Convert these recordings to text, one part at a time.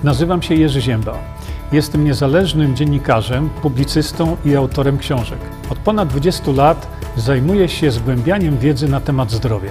Nazywam się Jerzy Ziemba. Jestem niezależnym dziennikarzem, publicystą i autorem książek. Od ponad 20 lat zajmuję się zgłębianiem wiedzy na temat zdrowia.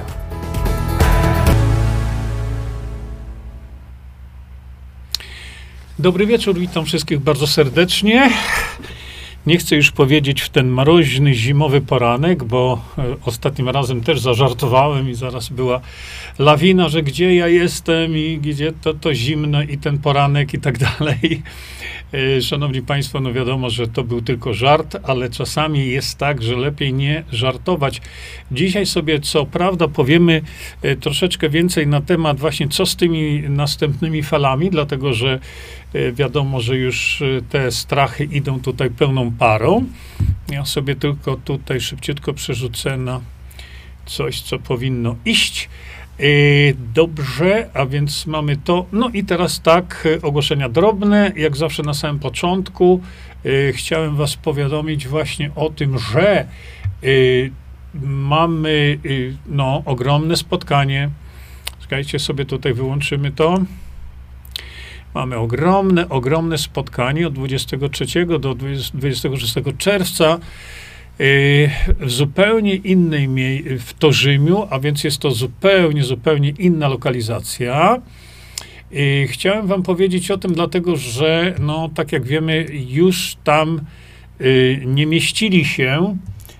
Dobry wieczór, witam wszystkich bardzo serdecznie. Nie chcę już powiedzieć w ten mroźny, zimowy poranek, bo ostatnim razem też zażartowałem i zaraz była lawina, że gdzie ja jestem i gdzie to zimno i ten poranek i tak dalej. Szanowni Państwo, no wiadomo, że to był tylko żart, ale czasami jest tak, że lepiej nie żartować. Dzisiaj sobie co prawda powiemy troszeczkę więcej na temat właśnie co z tymi następnymi falami, dlatego że wiadomo, że już te strachy idą tutaj pełną parą. Ja sobie tylko tutaj szybciutko przerzucę na coś, co powinno iść. Dobrze, a więc mamy to. No i teraz tak, ogłoszenia drobne, jak zawsze na samym początku. Chciałem was powiadomić właśnie o tym, że mamy ogromne spotkanie. Czekajcie, sobie tutaj wyłączymy to. Mamy ogromne spotkanie od 23 do 26 czerwca w zupełnie innej w Torzymiu, a więc jest to zupełnie inna lokalizacja. Chciałem wam powiedzieć o tym, dlatego że, no, tak jak wiemy, już tam nie mieścili się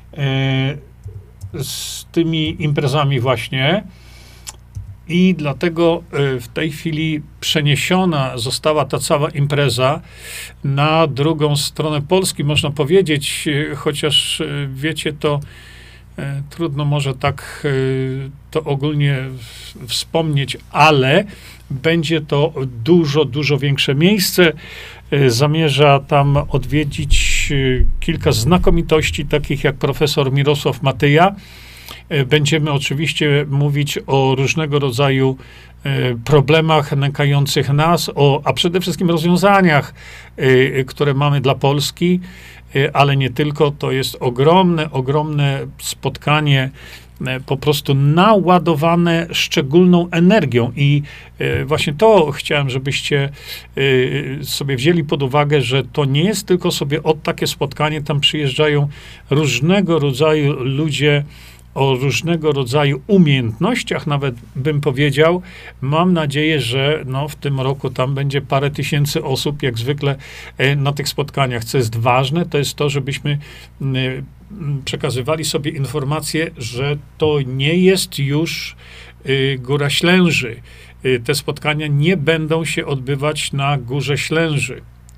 z tymi imprezami właśnie. I dlatego w tej chwili przeniesiona została ta cała impreza na drugą stronę Polski, można powiedzieć, chociaż wiecie, to trudno może tak to ogólnie wspomnieć, ale będzie to dużo większe miejsce. Zamierza tam odwiedzić kilka znakomitości, takich jak profesor Mirosław Matyja. Będziemy oczywiście mówić o różnego rodzaju problemach nękających nas, a przede wszystkim rozwiązaniach, które mamy dla Polski, ale nie tylko. To jest ogromne spotkanie, po prostu naładowane szczególną energią i właśnie to chciałem, żebyście sobie wzięli pod uwagę, że to nie jest tylko sobie takie spotkanie, tam przyjeżdżają różnego rodzaju ludzie, o różnego rodzaju umiejętnościach, nawet bym powiedział. Mam nadzieję, że w tym roku tam będzie parę tysięcy osób, jak zwykle na tych spotkaniach. Co jest ważne, to jest to, żebyśmy przekazywali sobie informację, że to nie jest już Góra Ślęży. Te spotkania nie będą się odbywać na Górze Ślęży.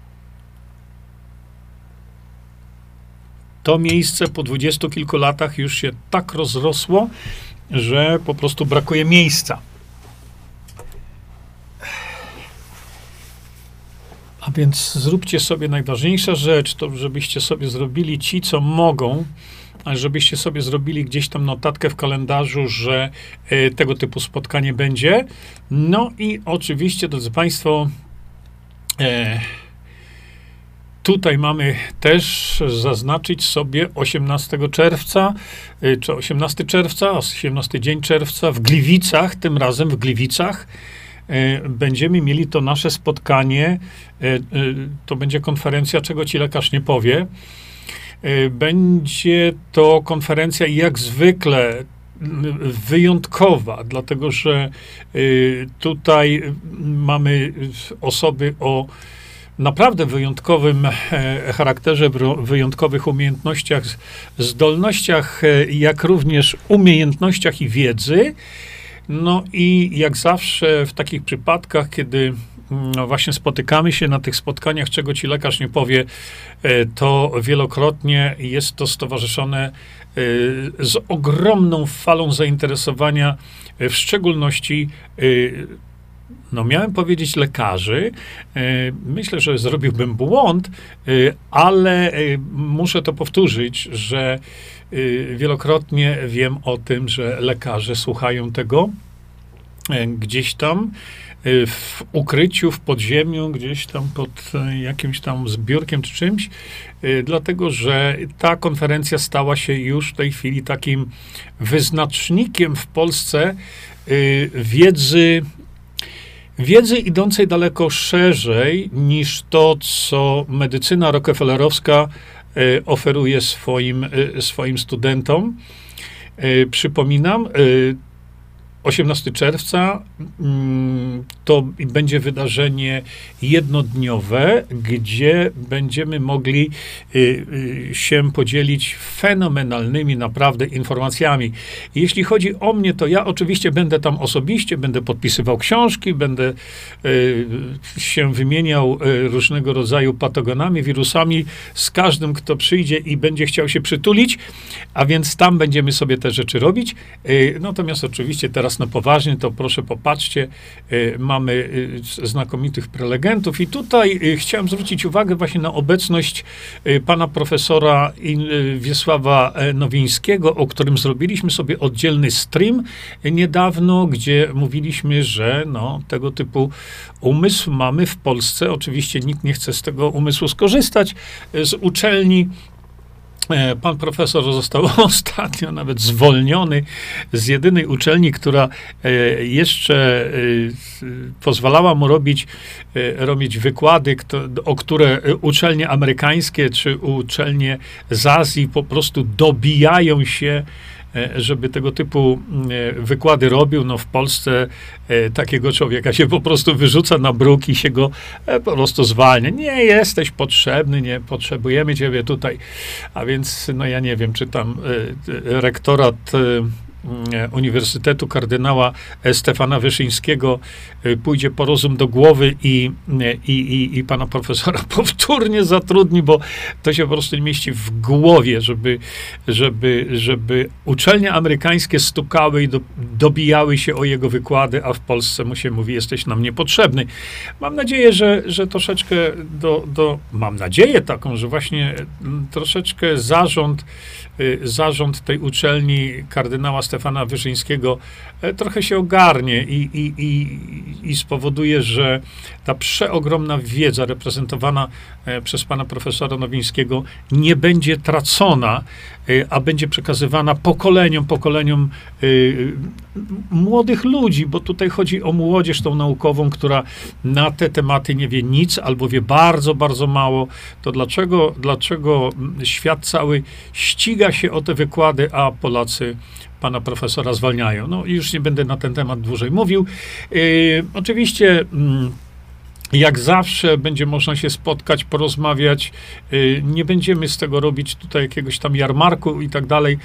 To miejsce po 20 kilku latach już się tak rozrosło, że po prostu brakuje miejsca. A więc zróbcie sobie najważniejsza rzecz, to żebyście sobie zrobili ci, co mogą, ale żebyście sobie zrobili gdzieś tam notatkę w kalendarzu, że tego typu spotkanie będzie. No i oczywiście, drodzy Państwo, tutaj mamy też zaznaczyć sobie 18 czerwca, czy 18 czerwca, 18 dzień czerwca w Gliwicach, tym razem w Gliwicach. Będziemy mieli to nasze spotkanie, to będzie konferencja, czego ci lekarz nie powie. Będzie to konferencja jak zwykle wyjątkowa, dlatego że tutaj mamy osoby o naprawdę wyjątkowym charakterze, wyjątkowych umiejętnościach, zdolnościach, jak również umiejętnościach i wiedzy. No i jak zawsze w takich przypadkach, kiedy właśnie spotykamy się na tych spotkaniach, czego ci lekarz nie powie, to wielokrotnie jest to stowarzyszone z ogromną falą zainteresowania, w szczególności miałem powiedzieć lekarzy. Myślę, że zrobiłbym błąd, ale muszę to powtórzyć, że wielokrotnie wiem o tym, że lekarze słuchają tego gdzieś tam w ukryciu, w podziemiu, gdzieś tam pod jakimś tam zbiórkiem czy czymś, dlatego że ta konferencja stała się już w tej chwili takim wyznacznikiem w Polsce wiedzy wiedzy idącej daleko szerzej niż to, co medycyna rockefellerowska oferuje swoim studentom. Przypominam, 18 czerwca to będzie wydarzenie jednodniowe, gdzie będziemy mogli się podzielić fenomenalnymi naprawdę informacjami. Jeśli chodzi o mnie, to ja oczywiście będę tam osobiście, będę podpisywał książki, będę się wymieniał różnego rodzaju patogenami, wirusami z każdym, kto przyjdzie i będzie chciał się przytulić, a więc tam będziemy sobie te rzeczy robić. Natomiast oczywiście teraz na poważnie, to proszę popatrzcie, mamy znakomitych prelegentów i tutaj chciałem zwrócić uwagę właśnie na obecność pana profesora Wiesława Nowińskiego, o którym zrobiliśmy sobie oddzielny stream niedawno, gdzie mówiliśmy, że no, tego typu umysł mamy w Polsce. Oczywiście nikt nie chce z tego umysłu skorzystać, z uczelni. Pan profesor został ostatnio nawet zwolniony z jedynej uczelni, która jeszcze pozwalała mu robić wykłady, o które uczelnie amerykańskie czy uczelnie z Azji po prostu dobijają się, żeby tego typu wykłady robił. No w Polsce takiego człowieka się po prostu wyrzuca na bruk i się go po prostu zwalnia. Nie jesteś potrzebny, nie potrzebujemy ciebie tutaj. A więc, no ja nie wiem, czy tam rektorat Uniwersytetu Kardynała Stefana Wyszyńskiego pójdzie po rozum do głowy i pana profesora powtórnie zatrudni, bo to się po prostu nie mieści w głowie, żeby uczelnie amerykańskie stukały i dobijały się o jego wykłady, a w Polsce mu się mówi, jesteś nam niepotrzebny. Mam nadzieję, że troszeczkę mam nadzieję taką, że właśnie troszeczkę zarząd tej uczelni kardynała Stefana Wyszyńskiego trochę się ogarnie i spowoduje, że ta przeogromna wiedza reprezentowana przez pana profesora Nowińskiego nie będzie tracona, a będzie przekazywana pokoleniom młodych ludzi, bo tutaj chodzi o młodzież tą naukową, która na te tematy nie wie nic albo wie bardzo, bardzo mało. To dlaczego świat cały ściga się o te wykłady, a Polacy pana profesora zwalniają? No już nie będę na ten temat dłużej mówił. Oczywiście jak zawsze będzie można się spotkać, porozmawiać. Nie będziemy z tego robić tutaj jakiegoś tam jarmarku i tak dalej.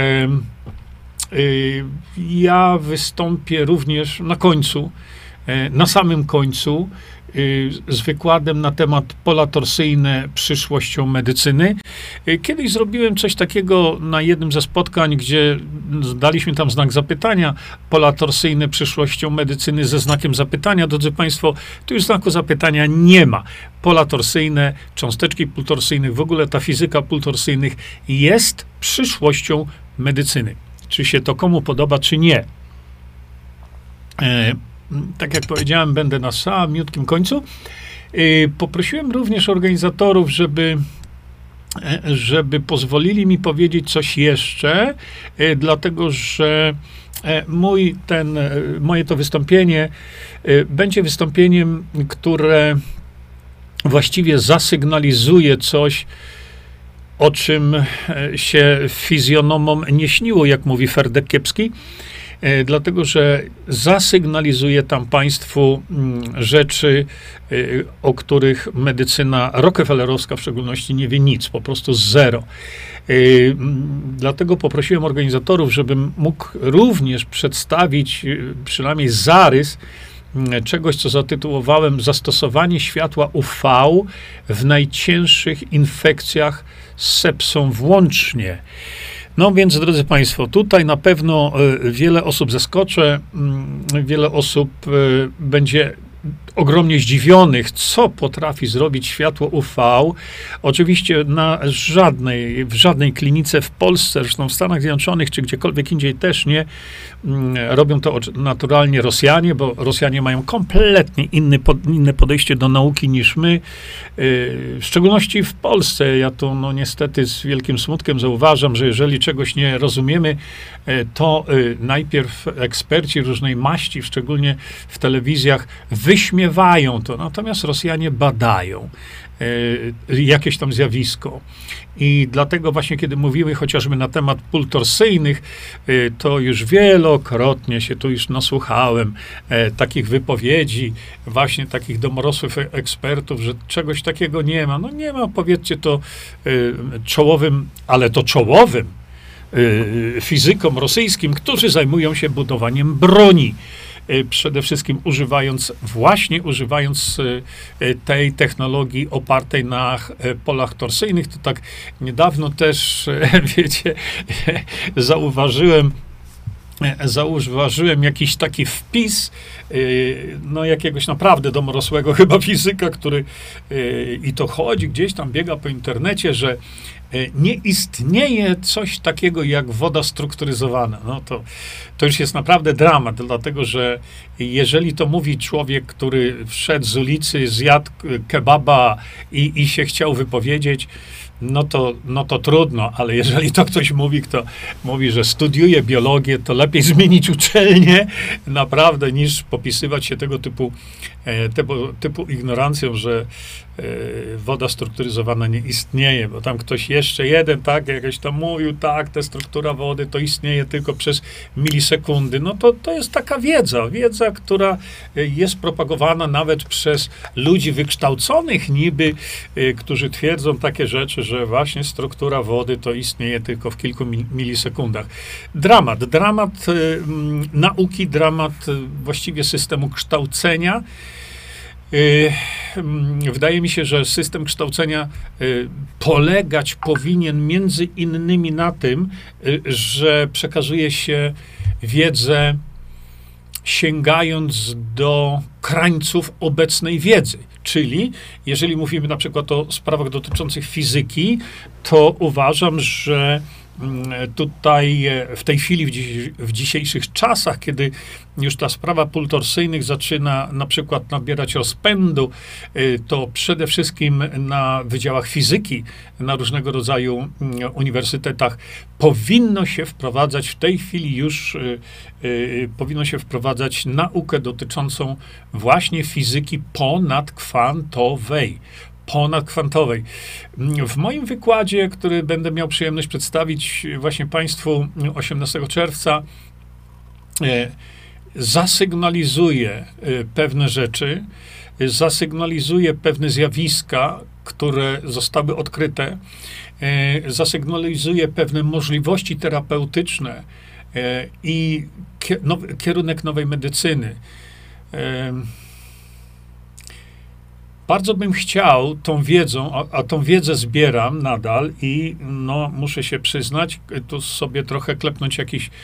Ja wystąpię również na końcu, na samym końcu, z wykładem na temat pola torsyjne przyszłością medycyny. Kiedyś zrobiłem coś takiego na jednym ze spotkań, gdzie daliśmy tam znak zapytania, pola torsyjne przyszłością medycyny ze znakiem zapytania. Drodzy Państwo, tu już znaku zapytania nie ma. Pola torsyjne, cząsteczki półtorsyjnych, w ogóle ta fizyka pól torsyjnych jest przyszłością medycyny. Czy się to komu podoba, czy nie. Tak jak powiedziałem, będę na samiutkim końcu. Poprosiłem również organizatorów, żeby pozwolili mi powiedzieć coś jeszcze, dlatego że moje to wystąpienie będzie wystąpieniem, które właściwie zasygnalizuje coś, o czym się fizjonomom nie śniło, jak mówi Ferdek Kiepski, dlatego że zasygnalizuje tam państwu rzeczy, o których medycyna rockefellerowska w szczególności nie wie nic, po prostu zero. Dlatego poprosiłem organizatorów, żebym mógł również przedstawić przynajmniej zarys czegoś, co zatytułowałem Zastosowanie światła UV w najcięższych infekcjach z sepsą włącznie. No więc, drodzy Państwo, tutaj na pewno wiele osób zaskoczę, wiele osób będzie ogromnie zdziwionych, co potrafi zrobić światło UV. Oczywiście w żadnej klinice w Polsce, zresztą w Stanach Zjednoczonych, czy gdziekolwiek indziej też nie, robią to naturalnie Rosjanie, bo Rosjanie mają kompletnie inne podejście do nauki niż my. W szczególności w Polsce. Ja to no, niestety z wielkim smutkiem zauważam, że jeżeli czegoś nie rozumiemy, to najpierw eksperci różnej maści, szczególnie w telewizjach, wyśmiewają to. Natomiast Rosjanie badają jakieś tam zjawisko. I dlatego właśnie, kiedy mówiły chociażby na temat pól torsyjnych, to już wielokrotnie się tu już nasłuchałem takich wypowiedzi, właśnie takich domorosłych ekspertów, że czegoś takiego nie ma. No nie ma, powiedzcie to czołowym, ale to czołowym fizykom rosyjskim, którzy zajmują się budowaniem broni. Przede wszystkim używając tej technologii opartej na polach torsyjnych. To tak niedawno też, wiecie, zauważyłem jakiś taki wpis, no jakiegoś naprawdę domorosłego chyba fizyka, który i to chodzi, gdzieś tam biega po internecie, że nie istnieje coś takiego jak woda strukturyzowana. No to już jest naprawdę dramat, dlatego że jeżeli to mówi człowiek, który wszedł z ulicy, zjadł kebaba i się chciał wypowiedzieć, no to trudno, ale jeżeli to ktoś mówi, kto mówi, że studiuje biologię, to lepiej zmienić uczelnię naprawdę, niż popisywać się tego typu ignorancją, że woda strukturyzowana nie istnieje, bo tam ktoś jeszcze jeden, tak, jakoś tam mówił, tak, ta struktura wody to istnieje tylko przez milisekundy. No to jest taka wiedza, która jest propagowana nawet przez ludzi wykształconych niby, którzy twierdzą takie rzeczy, że właśnie struktura wody to istnieje tylko w kilku milisekundach. Dramat nauki, dramat właściwie systemu kształcenia. Wydaje mi się, że system kształcenia polegać powinien między innymi na tym, że przekazuje się wiedzę sięgając do krańców obecnej wiedzy. Czyli jeżeli mówimy na przykład o sprawach dotyczących fizyki, to uważam, że tutaj w tej chwili, w dzisiejszych czasach, kiedy już ta sprawa pól torsyjnych zaczyna na przykład nabierać rozpędu, to przede wszystkim na wydziałach fizyki, na różnego rodzaju uniwersytetach powinno się wprowadzać w tej chwili już, powinno się wprowadzać naukę dotyczącą właśnie fizyki ponadkwantowej. W moim wykładzie, który będę miał przyjemność przedstawić właśnie Państwu 18 czerwca, zasygnalizuję pewne rzeczy, zasygnalizuję pewne zjawiska, które zostały odkryte, zasygnalizuję pewne możliwości terapeutyczne i kierunek nowej medycyny. Bardzo bym chciał tą wiedzą, a tą wiedzę zbieram nadal i no, muszę się przyznać, tu sobie trochę klepnąć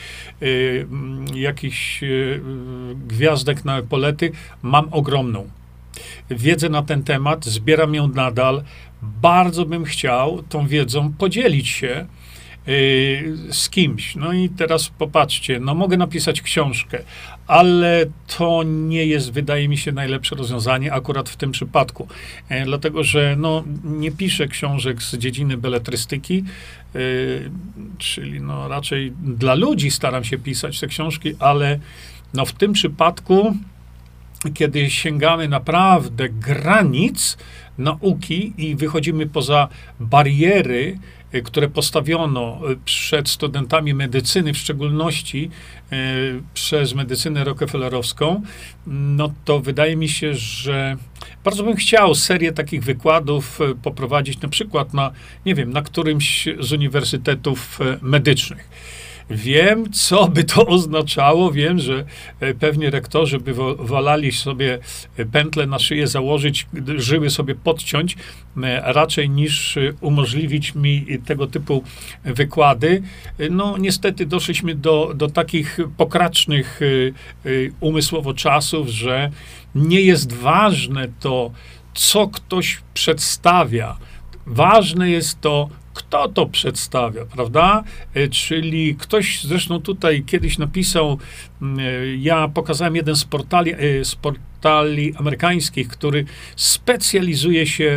jakiś gwiazdek na epolety, mam ogromną wiedzę na ten temat, zbieram ją nadal. Bardzo bym chciał tą wiedzą podzielić się z kimś. No i teraz popatrzcie, no mogę napisać książkę, ale to nie jest, wydaje mi się, najlepsze rozwiązanie akurat w tym przypadku. Dlatego, że no, nie piszę książek z dziedziny beletrystyki, czyli no, raczej dla ludzi staram się pisać te książki, ale no, w tym przypadku, kiedy sięgamy naprawdę granic nauki i wychodzimy poza bariery, które postawiono przed studentami medycyny, w szczególności przez medycynę rockefellerowską, no to wydaje mi się, że bardzo bym chciał serię takich wykładów poprowadzić na przykład na, nie wiem, na którymś z uniwersytetów medycznych. Wiem, co by to oznaczało. Wiem, że pewnie rektorzy by wolali sobie pętlę na szyję założyć, żyły sobie podciąć, raczej niż umożliwić mi tego typu wykłady. No, niestety doszliśmy do takich pokracznych umysłowo czasów, że nie jest ważne to, co ktoś przedstawia. Ważne jest to, kto to przedstawia, prawda? Czyli ktoś zresztą tutaj kiedyś napisał, ja pokazałem jeden z portali amerykańskich, który specjalizuje się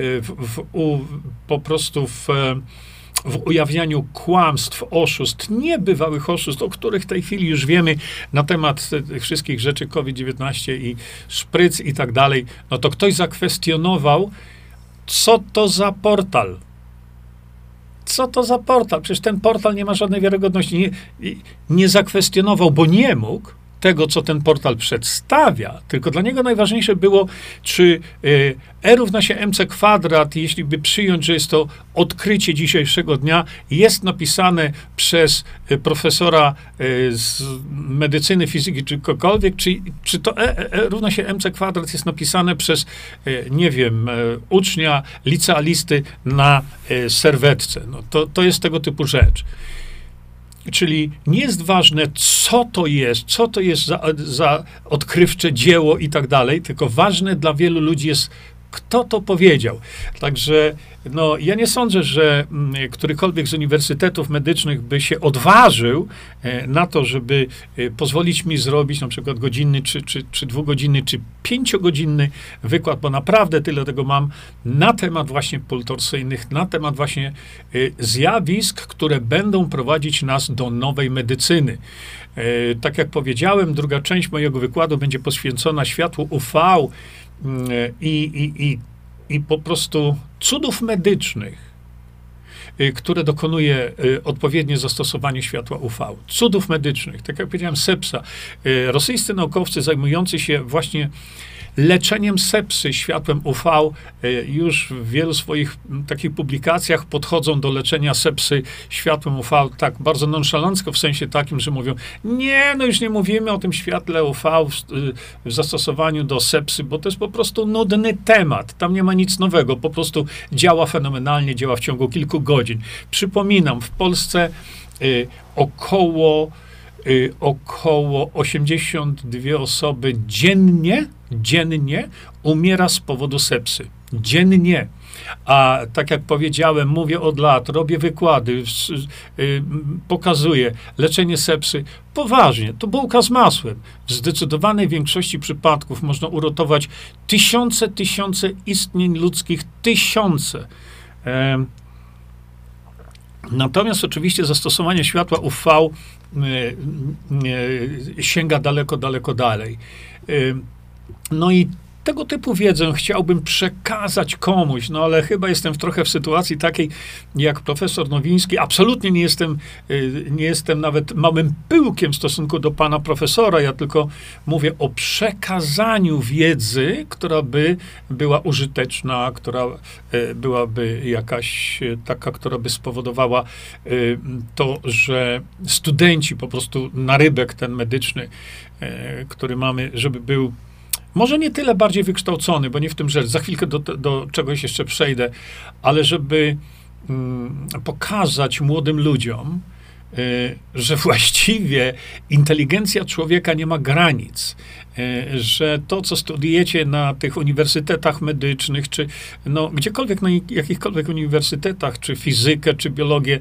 po prostu w ujawnianiu kłamstw, oszustw, niebywałych oszustw, o których w tej chwili już wiemy na temat tych wszystkich rzeczy COVID-19 i szpryc i tak dalej, no to ktoś zakwestionował, co to za portal. Co to za portal? Przecież ten portal nie ma żadnej wiarygodności. Nie zakwestionował, bo nie mógł tego, co ten portal przedstawia, tylko dla niego najważniejsze było, czy E równa się mc kwadrat, jeśli by przyjąć, że jest to odkrycie dzisiejszego dnia, jest napisane przez profesora z medycyny, fizyki, czy kogokolwiek, czy to E równa się mc kwadrat jest napisane przez, nie wiem, ucznia, licealisty na serwetce. No to jest tego typu rzecz. Czyli nie jest ważne, co to jest za odkrywcze dzieło i tak dalej, tylko ważne dla wielu ludzi jest, kto to powiedział. Także no, ja nie sądzę, że którykolwiek z uniwersytetów medycznych by się odważył na to, żeby pozwolić mi zrobić na przykład godzinny, czy dwugodzinny, czy 5-godzinny wykład, bo naprawdę tyle tego mam na temat właśnie pól torsyjnych, na temat właśnie zjawisk, które będą prowadzić nas do nowej medycyny. Tak jak powiedziałem, druga część mojego wykładu będzie poświęcona światłu UV i po prostu cudów medycznych, które dokonuje odpowiednie zastosowanie światła UV. Cudów medycznych, tak jak powiedziałem, sepsa. Rosyjscy naukowcy zajmujący się właśnie leczeniem sepsy światłem UV już w wielu swoich takich publikacjach podchodzą do leczenia sepsy światłem UV tak bardzo nonszalancko, w sensie takim, że mówią, nie, no już nie mówimy o tym świetle UV w zastosowaniu do sepsy, bo to jest po prostu nudny temat. Tam nie ma nic nowego, po prostu działa fenomenalnie, działa w ciągu kilku godzin. Przypominam, w Polsce około 82 osoby dziennie umiera z powodu sepsy. Dziennie. A tak jak powiedziałem, mówię od lat, robię wykłady, pokazuję leczenie sepsy. Poważnie, to bułka z masłem. W zdecydowanej większości przypadków można uratować tysiące istnień ludzkich, tysiące. Natomiast oczywiście zastosowanie światła UV sięga daleko dalej. No i tego typu wiedzę chciałbym przekazać komuś, no ale chyba jestem trochę w sytuacji takiej jak profesor Nowiński. Absolutnie nie jestem nawet małym pyłkiem w stosunku do pana profesora. Ja tylko mówię o przekazaniu wiedzy, która by była użyteczna, która byłaby jakaś taka, która by spowodowała to, że studenci po prostu narybek ten medyczny, który mamy, żeby był może nie tyle bardziej wykształcony, bo nie w tym rzecz, za chwilkę do czegoś jeszcze przejdę, ale żeby pokazać młodym ludziom, że właściwie inteligencja człowieka nie ma granic, że to, co studiujecie na tych uniwersytetach medycznych, czy no, gdziekolwiek, na jakichkolwiek uniwersytetach, czy fizykę, czy biologię,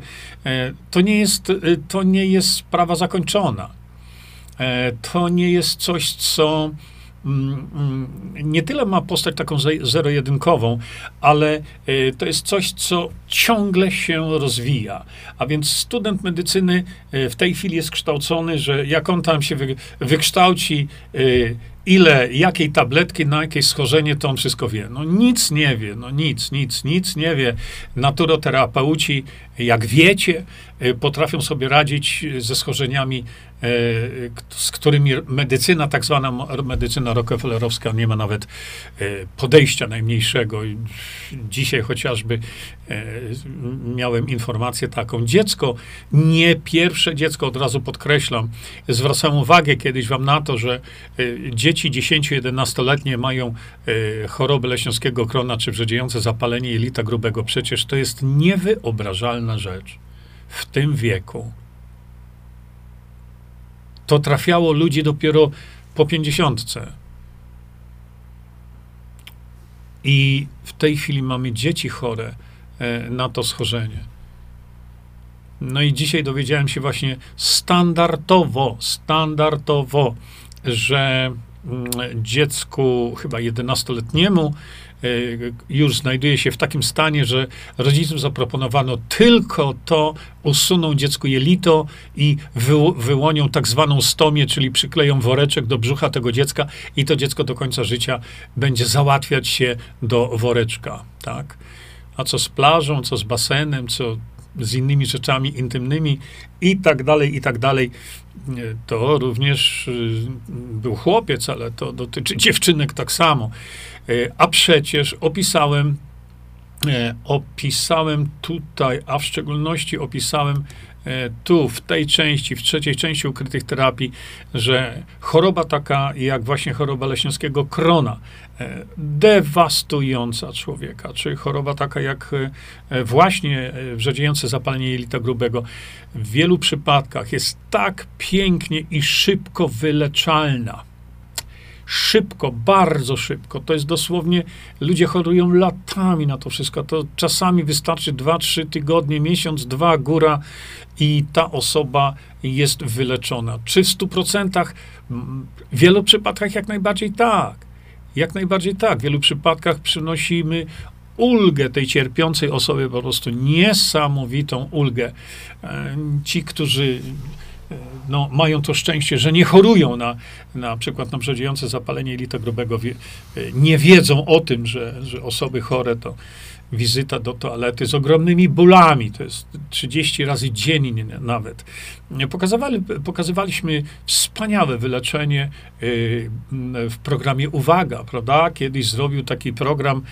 to nie jest sprawa zakończona. To nie jest coś, co nie tyle ma postać taką zero-jedynkową, ale to jest coś, co ciągle się rozwija. A więc student medycyny w tej chwili jest kształcony, że jak on tam się wykształci, jakiej tabletki, na jakie schorzenie, to on wszystko wie. No nic nie wie, no nic nie wie. Naturoterapeuci, jak wiecie, potrafią sobie radzić ze schorzeniami z którymi medycyna, tak zwana medycyna rockefellerowska, nie ma nawet podejścia najmniejszego. Dzisiaj chociażby miałem informację taką. Dziecko, nie pierwsze dziecko, od razu podkreślam, zwracam uwagę kiedyś wam na to, że dzieci 10-11-letnie mają chorobę leśniowskiego krona, czy wrzodziejące zapalenie jelita grubego. Przecież to jest niewyobrażalna rzecz w tym wieku. To trafiało ludzi dopiero po 50. I w tej chwili mamy dzieci chore na to schorzenie. No i dzisiaj dowiedziałem się właśnie standardowo, że dziecku chyba 11-letniemu już znajduje się w takim stanie, że rodzicom zaproponowano tylko to, usuną dziecku jelito i wyłonią tak zwaną stomię, czyli przykleją woreczek do brzucha tego dziecka i to dziecko do końca życia będzie załatwiać się do woreczka, tak? A co z plażą, co z basenem, co z innymi rzeczami intymnymi i tak dalej. To również był chłopiec, ale to dotyczy dziewczynek tak samo. A przecież opisałem tutaj, a w szczególności opisałem tu, w tej części, w trzeciej części ukrytych terapii, że choroba taka jak właśnie choroba leśniowskiego krona, dewastująca człowieka, czy choroba taka jak właśnie wrzodziejące zapalenie jelita grubego, w wielu przypadkach jest tak pięknie i szybko wyleczalna. Szybko, bardzo szybko. To jest dosłownie, ludzie chorują latami na to wszystko. To czasami wystarczy 2-3 tygodnie, miesiąc, 2, góra i ta osoba jest wyleczona. Czy w 100%? W wielu przypadkach jak najbardziej tak. Jak najbardziej tak. W wielu przypadkach przynosimy ulgę tej cierpiącej osobie, po prostu niesamowitą ulgę. Ci, którzy mają to szczęście, że nie chorują na przykład na wrzodziejące zapalenie jelita grubego, nie wiedzą o tym, że osoby chore to wizyta do toalety z ogromnymi bólami, to jest 30 razy dziennie nawet. Pokazywaliśmy wspaniałe wyleczenie w programie Uwaga, prawda? Kiedyś zrobił taki program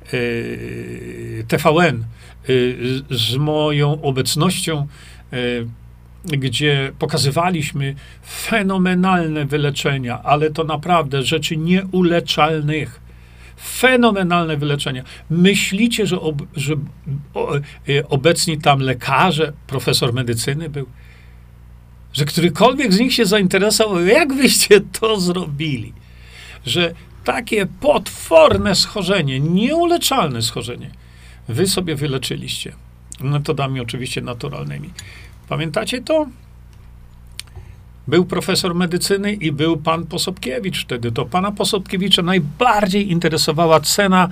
TVN z moją obecnością, gdzie pokazywaliśmy fenomenalne wyleczenia, ale to naprawdę rzeczy nieuleczalnych. Fenomenalne wyleczenia. Myślicie, że obecni tam lekarze, profesor medycyny był, że którykolwiek z nich się zainteresował, jak wyście to zrobili? Że takie potworne schorzenie, nieuleczalne schorzenie, wy sobie wyleczyliście metodami oczywiście naturalnymi. Pamiętacie to? Był profesor medycyny i był pan Posobkiewicz wtedy. To pana Posobkiewicza najbardziej interesowała cena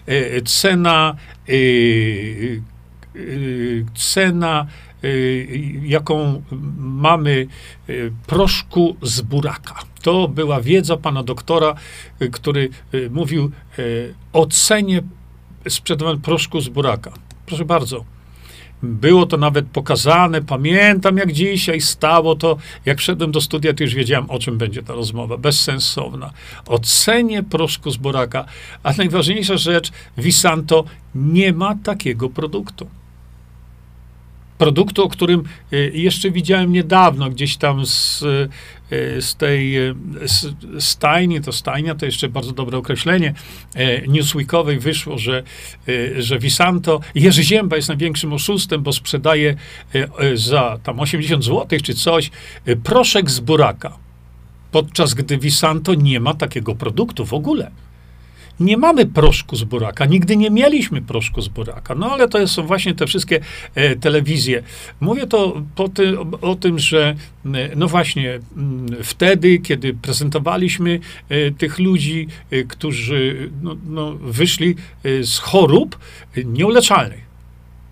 jaką mamy proszku z buraka. To była wiedza pana doktora, który mówił o cenie sprzedawania proszku z buraka. Proszę bardzo. Było to nawet pokazane, pamiętam jak dzisiaj stało to, jak wszedłem do studia, to już wiedziałem, o czym będzie ta rozmowa, bezsensowna. O cenie proszku z buraka, a najważniejsza rzecz, Visanto nie ma takiego produktu. Produktu, o którym jeszcze widziałem niedawno, gdzieś tam z tej stajni, to stajnia to jeszcze bardzo dobre określenie, newsweekowej wyszło, że Visanto, Jerzy Zięba jest największym oszustem, bo sprzedaje za tam 80 zł czy coś proszek z buraka, podczas gdy Visanto nie ma takiego produktu w ogóle. Nie mamy proszku z buraka, nigdy nie mieliśmy proszku z buraka, no ale to są właśnie te wszystkie telewizje. Mówię to o tym, że no właśnie wtedy, kiedy prezentowaliśmy tych ludzi, którzy wyszli z chorób nieuleczalnych.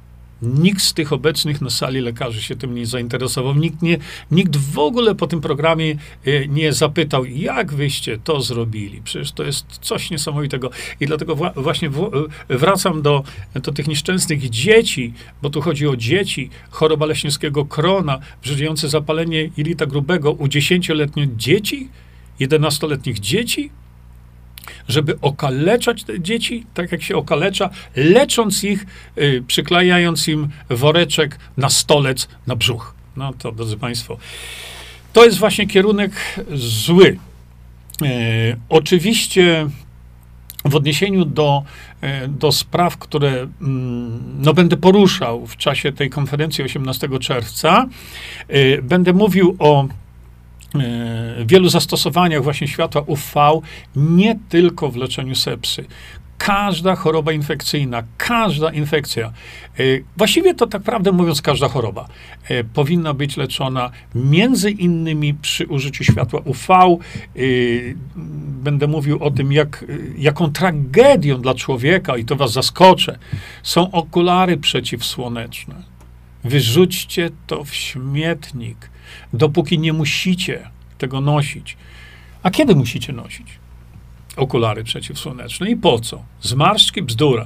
Nikt z tych obecnych na sali lekarzy się tym nie zainteresował. Nikt w ogóle po tym programie nie zapytał, jak wyście to zrobili. Przecież to jest coś niesamowitego. I dlatego właśnie wracam do tych nieszczęsnych dzieci, bo tu chodzi o dzieci, choroba leśniowskiego krona, wrzodziejące zapalenie jelita grubego u 10-letnich dzieci, 11-letnich dzieci, żeby okaleczać te dzieci, tak jak się okalecza, lecząc ich, przyklejając im woreczek na stolec, na brzuch. No to, drodzy Państwo, to jest właśnie kierunek zły. Oczywiście w odniesieniu do spraw, które no, będę poruszał w czasie tej konferencji 18 czerwca, będę mówił o wielu zastosowaniach właśnie światła UV, nie tylko w leczeniu sepsy. Każda choroba infekcyjna, każda infekcja, właściwie to tak prawdę mówiąc każda choroba, powinna być leczona między innymi przy użyciu światła UV. Będę mówił o tym, jaką tragedią dla człowieka, i to was zaskoczę, są okulary przeciwsłoneczne. Wyrzućcie to w śmietnik, dopóki nie musicie tego nosić. A kiedy musicie nosić okulary przeciwsłoneczne i po co? Zmarszczki, bzdura.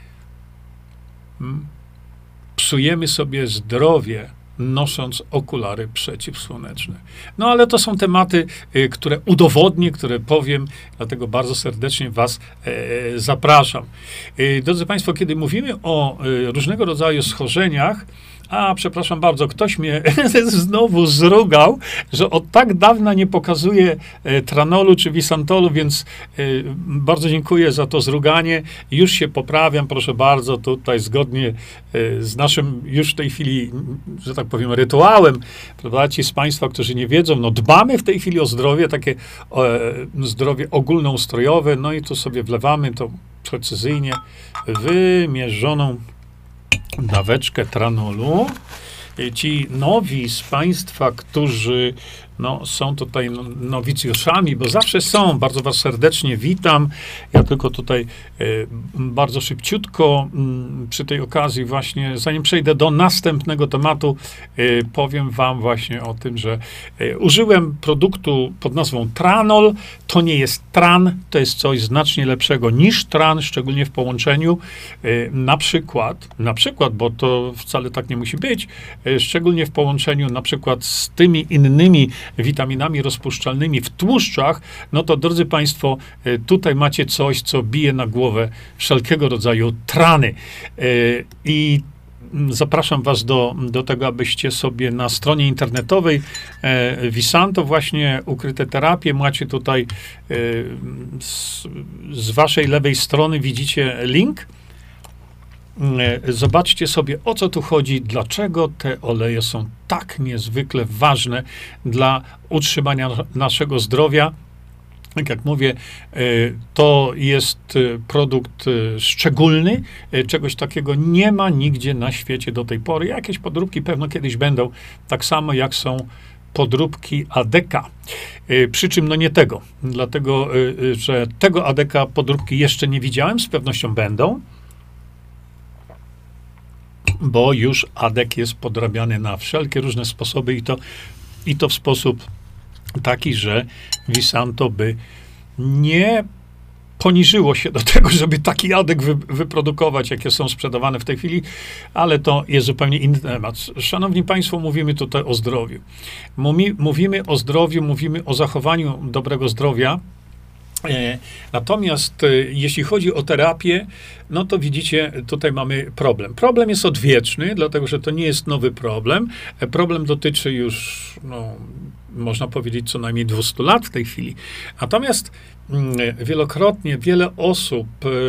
Psujemy sobie zdrowie, nosząc okulary przeciwsłoneczne. No ale to są tematy, które udowodnię, które powiem, dlatego bardzo serdecznie was zapraszam. Drodzy Państwo, kiedy mówimy o różnego rodzaju schorzeniach, przepraszam bardzo, ktoś mnie znowu zrugał, że od tak dawna nie pokazuje tranolu czy wisantolu, więc bardzo dziękuję za to zruganie. Już się poprawiam, proszę bardzo, tutaj zgodnie z naszym już w tej chwili, że tak powiem, rytuałem, prawda, ci z Państwa, którzy nie wiedzą, no dbamy w tej chwili o zdrowie, takie zdrowie ogólnoustrojowe, no i tu sobie wlewamy to precyzyjnie wymierzoną daweczkę tranolu. Ci nowi z Państwa, którzy są tutaj nowicjuszami, bo zawsze są, bardzo was serdecznie witam. Ja tylko tutaj bardzo szybciutko przy tej okazji właśnie, zanim przejdę do następnego tematu, powiem wam właśnie o tym, że użyłem produktu pod nazwą Tranol. To nie jest tran, to jest coś znacznie lepszego niż tran, szczególnie w połączeniu. Na przykład, bo to wcale tak nie musi być, szczególnie w połączeniu na przykład z tymi innymi witaminami rozpuszczalnymi w tłuszczach, no to drodzy Państwo, tutaj macie coś, co bije na głowę wszelkiego rodzaju trany. I zapraszam was do tego, abyście sobie na stronie internetowej Visanto właśnie ukryte terapie, macie tutaj z waszej lewej strony widzicie link. Zobaczcie sobie, o co tu chodzi, dlaczego te oleje są tak niezwykle ważne dla utrzymania naszego zdrowia. Tak jak mówię, to jest produkt szczególny, czegoś takiego nie ma nigdzie na świecie do tej pory. Jakieś podróbki pewno kiedyś będą, tak samo jak są podróbki ADK. Przy czym nie tego, dlatego, że tego ADK podróbki jeszcze nie widziałem, z pewnością będą, bo już ADK jest podrabiany na wszelkie różne sposoby i to w sposób taki, że Visanto by nie poniżyło się do tego, żeby taki ADK wyprodukować, jakie są sprzedawane w tej chwili, ale to jest zupełnie inny temat. Szanowni Państwo, mówimy tutaj o zdrowiu. Mówimy o zdrowiu, mówimy o zachowaniu dobrego zdrowia. Natomiast jeśli chodzi o terapię, no to widzicie, tutaj mamy problem. Problem jest odwieczny, dlatego że to nie jest nowy problem. Problem dotyczy już, można powiedzieć, co najmniej 200 lat w tej chwili. Natomiast wielokrotnie wiele osób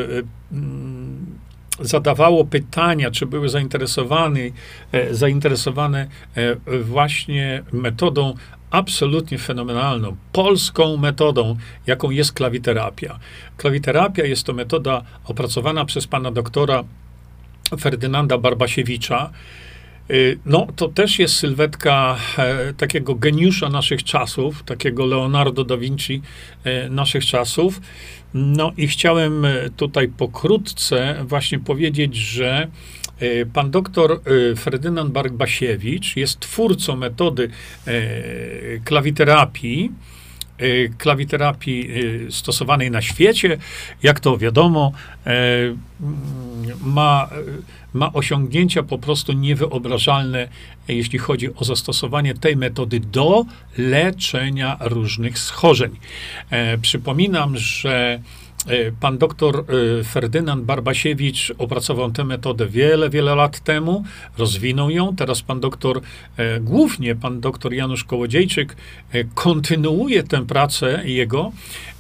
zadawało pytania, czy były zainteresowane właśnie metodą absolutnie fenomenalną, polską metodą, jaką jest klawiterapia. Klawiterapia jest to metoda opracowana przez pana doktora Ferdynanda Barbasiewicza. No, to też jest sylwetka takiego geniusza naszych czasów, takiego Leonardo da Vinci naszych czasów. No i chciałem tutaj pokrótce właśnie powiedzieć, że pan doktor Ferdynand Barbasiewicz jest twórcą metody klawiterapii stosowanej na świecie. Jak to wiadomo, ma osiągnięcia po prostu niewyobrażalne, jeśli chodzi o zastosowanie tej metody do leczenia różnych schorzeń. Przypominam, że pan doktor Ferdynand Barbasiewicz opracował tę metodę wiele, wiele lat temu, rozwinął ją. Teraz głównie pan doktor Janusz Kołodziejczyk kontynuuje tę pracę jego.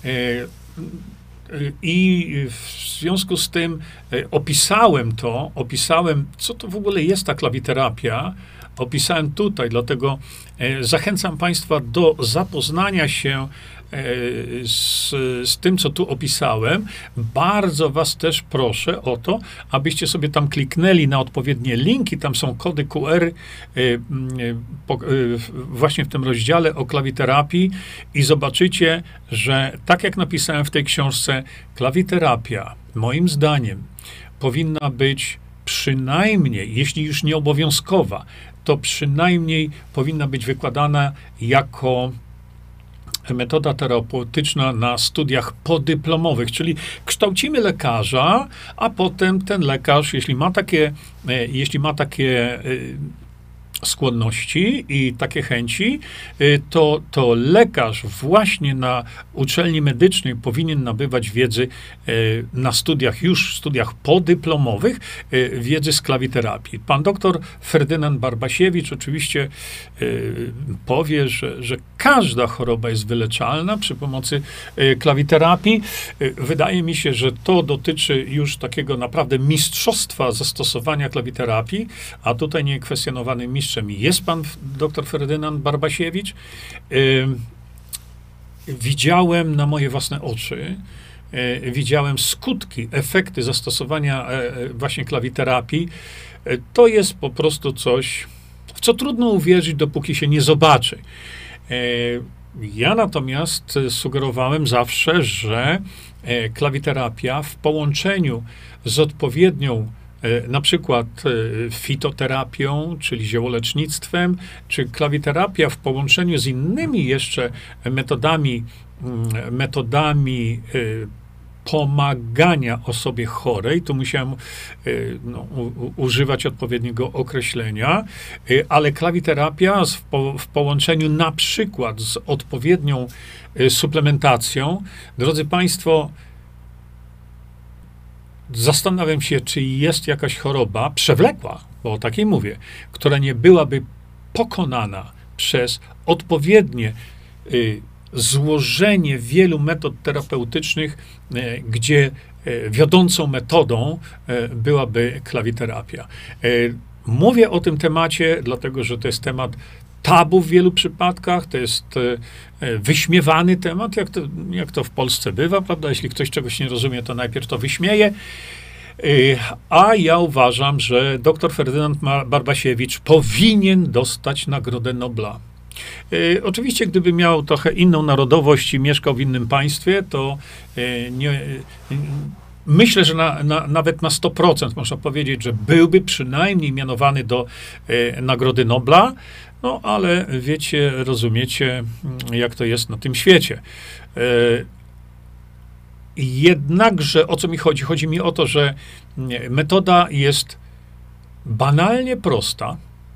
I w związku z tym opisałem, co to w ogóle jest ta klawiterapia. Opisałem tutaj, dlatego zachęcam Państwa do zapoznania się z tym, co tu opisałem. Bardzo Was też proszę o to, abyście sobie tam kliknęli na odpowiednie linki. Tam są kody QR właśnie w tym rozdziale o klawiterapii i zobaczycie, że tak jak napisałem w tej książce, klawiterapia, moim zdaniem, powinna być przynajmniej, jeśli już nie obowiązkowa, to przynajmniej powinna być wykładana jako metoda terapeutyczna na studiach podyplomowych, czyli kształcimy lekarza, a potem ten lekarz, jeśli ma takie skłonności i takie chęci, to lekarz właśnie na uczelni medycznej powinien nabywać wiedzy na studiach podyplomowych, wiedzy z klawiterapii. Pan doktor Ferdynand Barbasiewicz oczywiście powie, że każda choroba jest wyleczalna przy pomocy klawiterapii. Wydaje mi się, że to dotyczy już takiego naprawdę mistrzostwa zastosowania klawiterapii, a tutaj niekwestionowanym mistrzem jest pan dr Ferdynand Barbasiewicz. Widziałem na moje własne oczy, widziałem skutki, efekty zastosowania właśnie klawiterapii. To jest po prostu coś, w co trudno uwierzyć, dopóki się nie zobaczy. Ja natomiast sugerowałem zawsze, że klawiterapia w połączeniu z odpowiednią na przykład fitoterapią, czyli ziołolecznictwem, czy klawiterapia w połączeniu z innymi jeszcze metodami pomagania osobie chorej, tu musiałem używać odpowiedniego określenia, ale klawiterapia w połączeniu na przykład z odpowiednią suplementacją, drodzy Państwo, zastanawiam się, czy jest jakaś choroba przewlekła, bo o takiej mówię, która nie byłaby pokonana przez odpowiednie złożenie wielu metod terapeutycznych, gdzie wiodącą metodą byłaby klawiterapia. Mówię o tym temacie, dlatego że to jest temat tabu w wielu przypadkach, to jest wyśmiewany temat, jak to w Polsce bywa, prawda? Jeśli ktoś czegoś nie rozumie, to najpierw to wyśmieje. A ja uważam, że dr Ferdynand Barbasiewicz powinien dostać Nagrodę Nobla. Oczywiście, gdyby miał trochę inną narodowość i mieszkał w innym państwie, to myślę, że nawet na 100% można powiedzieć, że byłby przynajmniej mianowany do Nagrody Nobla, no ale wiecie, rozumiecie, jak to jest na tym świecie. Jednakże o co mi chodzi? Chodzi mi o to, że metoda jest banalnie prosta,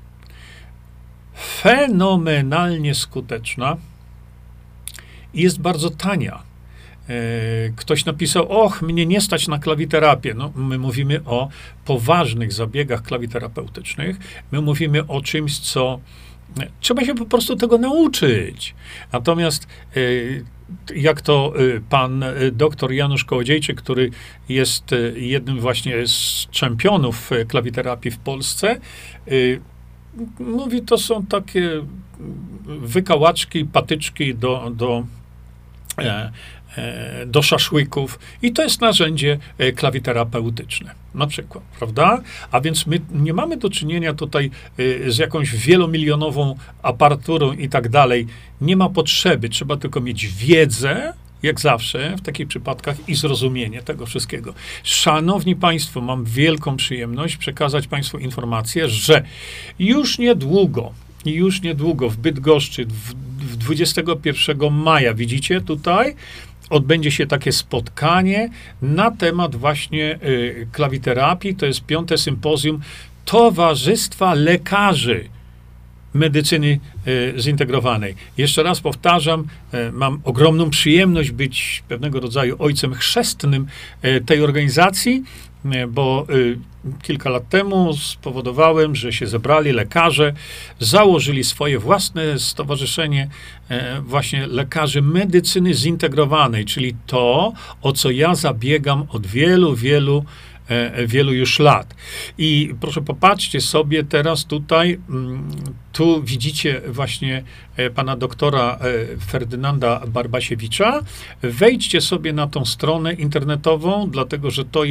fenomenalnie skuteczna i jest bardzo tania. Ktoś napisał, mnie nie stać na klawiterapię. No, my mówimy o poważnych zabiegach klawiterapeutycznych. My mówimy o czymś, co trzeba się po prostu tego nauczyć. Natomiast jak to pan doktor Janusz Kołodziejczyk, który jest jednym właśnie z czempionów klawiterapii w Polsce, mówi, to są takie wykałaczki, patyczki do szaszłyków i to jest narzędzie klawiterapeutyczne, na przykład, prawda? A więc my nie mamy do czynienia tutaj z jakąś wielomilionową aparaturą i tak dalej. Nie ma potrzeby, trzeba tylko mieć wiedzę, jak zawsze w takich przypadkach i zrozumienie tego wszystkiego. Szanowni Państwo, mam wielką przyjemność przekazać Państwu informację, że już niedługo w Bydgoszczy, 21 maja, widzicie tutaj, odbędzie się takie spotkanie na temat właśnie klawiterapii. To jest 5. sympozjum Towarzystwa Lekarzy Medycyny Zintegrowanej. Jeszcze raz powtarzam, mam ogromną przyjemność być pewnego rodzaju ojcem chrzestnym tej organizacji, bo kilka lat temu spowodowałem, że się zebrali lekarze, założyli swoje własne stowarzyszenie właśnie lekarzy medycyny zintegrowanej, czyli to, o co ja zabiegam od wielu już lat. I proszę popatrzcie sobie teraz tutaj, tu widzicie właśnie pana doktora Ferdynanda Barbasiewicza. Wejdźcie sobie na tą stronę internetową, dlatego że to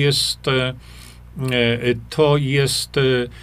jest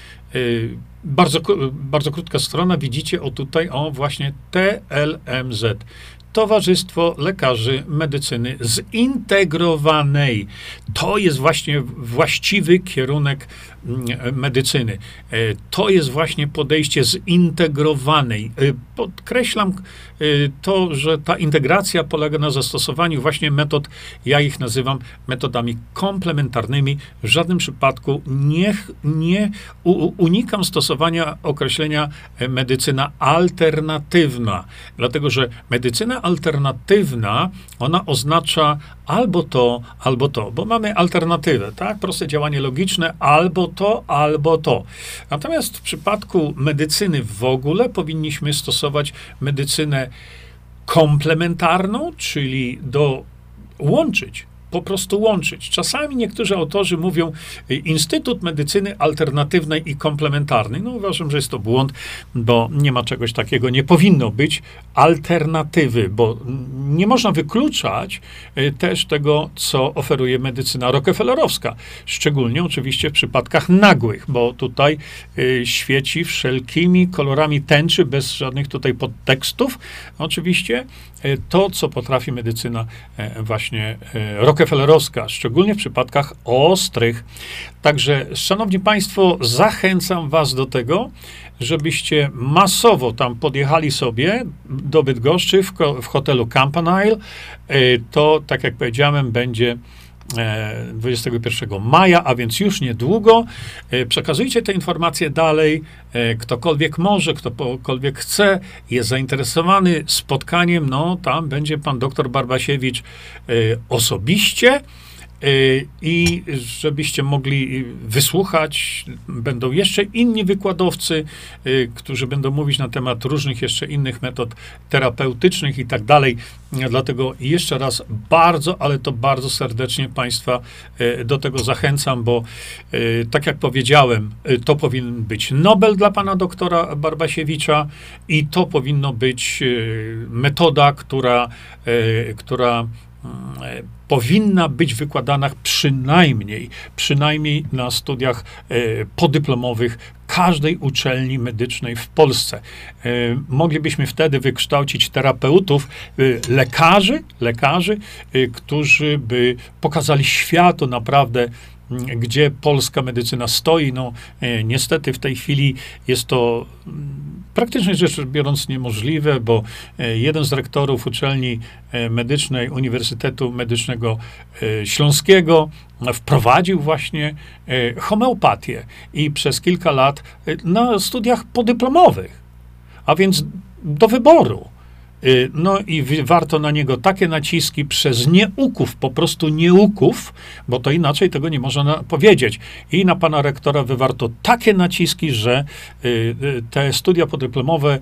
bardzo krótka strona. Widzicie, o tutaj, właśnie TLMZ. Towarzystwo Lekarzy Medycyny Zintegrowanej. To jest właśnie właściwy kierunek medycyny. To jest właśnie podejście zintegrowanej. Podkreślam to, że ta integracja polega na zastosowaniu właśnie metod, ja ich nazywam metodami komplementarnymi. W żadnym przypadku nie unikam stosowania określenia medycyna alternatywna, dlatego że medycyna alternatywna, ona oznacza albo to, bo mamy alternatywę, tak? Proste działanie logiczne, albo to. Natomiast w przypadku medycyny w ogóle powinniśmy stosować medycynę komplementarną, czyli po prostu łączyć. Czasami niektórzy autorzy mówią Instytut Medycyny Alternatywnej i Komplementarnej. No uważam, że jest to błąd, bo nie ma czegoś takiego, nie powinno być alternatywy, bo nie można wykluczać też tego, co oferuje medycyna rockefellerowska. Szczególnie oczywiście w przypadkach nagłych, bo tutaj świeci wszelkimi kolorami tęczy, bez żadnych tutaj podtekstów. Oczywiście to, co potrafi medycyna właśnie rockefellerowska, szczególnie w przypadkach ostrych. Także, szanowni państwo, zachęcam was do tego, żebyście masowo tam podjechali sobie do Bydgoszczy w hotelu Campanile. To, tak jak powiedziałem, będzie 21 maja, a więc już niedługo. Przekazujcie te informacje dalej. Ktokolwiek może, ktokolwiek chce, jest zainteresowany spotkaniem, no tam będzie pan doktor Barbasiewicz osobiście. I żebyście mogli wysłuchać, będą jeszcze inni wykładowcy, którzy będą mówić na temat różnych jeszcze innych metod terapeutycznych i tak dalej. Dlatego jeszcze raz bardzo, ale to bardzo serdecznie państwa do tego zachęcam, bo tak jak powiedziałem, to powinien być Nobel dla pana doktora Barbasiewicza i to powinno być metoda, która powinna być wykładana przynajmniej na studiach podyplomowych każdej uczelni medycznej w Polsce. Moglibyśmy wtedy wykształcić terapeutów, lekarzy, którzy by pokazali światu naprawdę, gdzie polska medycyna stoi. No, niestety w tej chwili jest to praktycznie rzecz biorąc niemożliwe, bo jeden z rektorów uczelni medycznej Uniwersytetu Medycznego Śląskiego wprowadził właśnie homeopatię i przez kilka lat na studiach podyplomowych, a więc do wyboru. No i warto na niego takie naciski przez nieuków, po prostu nieuków, bo to inaczej tego nie można powiedzieć. I na pana rektora wywarto takie naciski, że te studia podyplomowe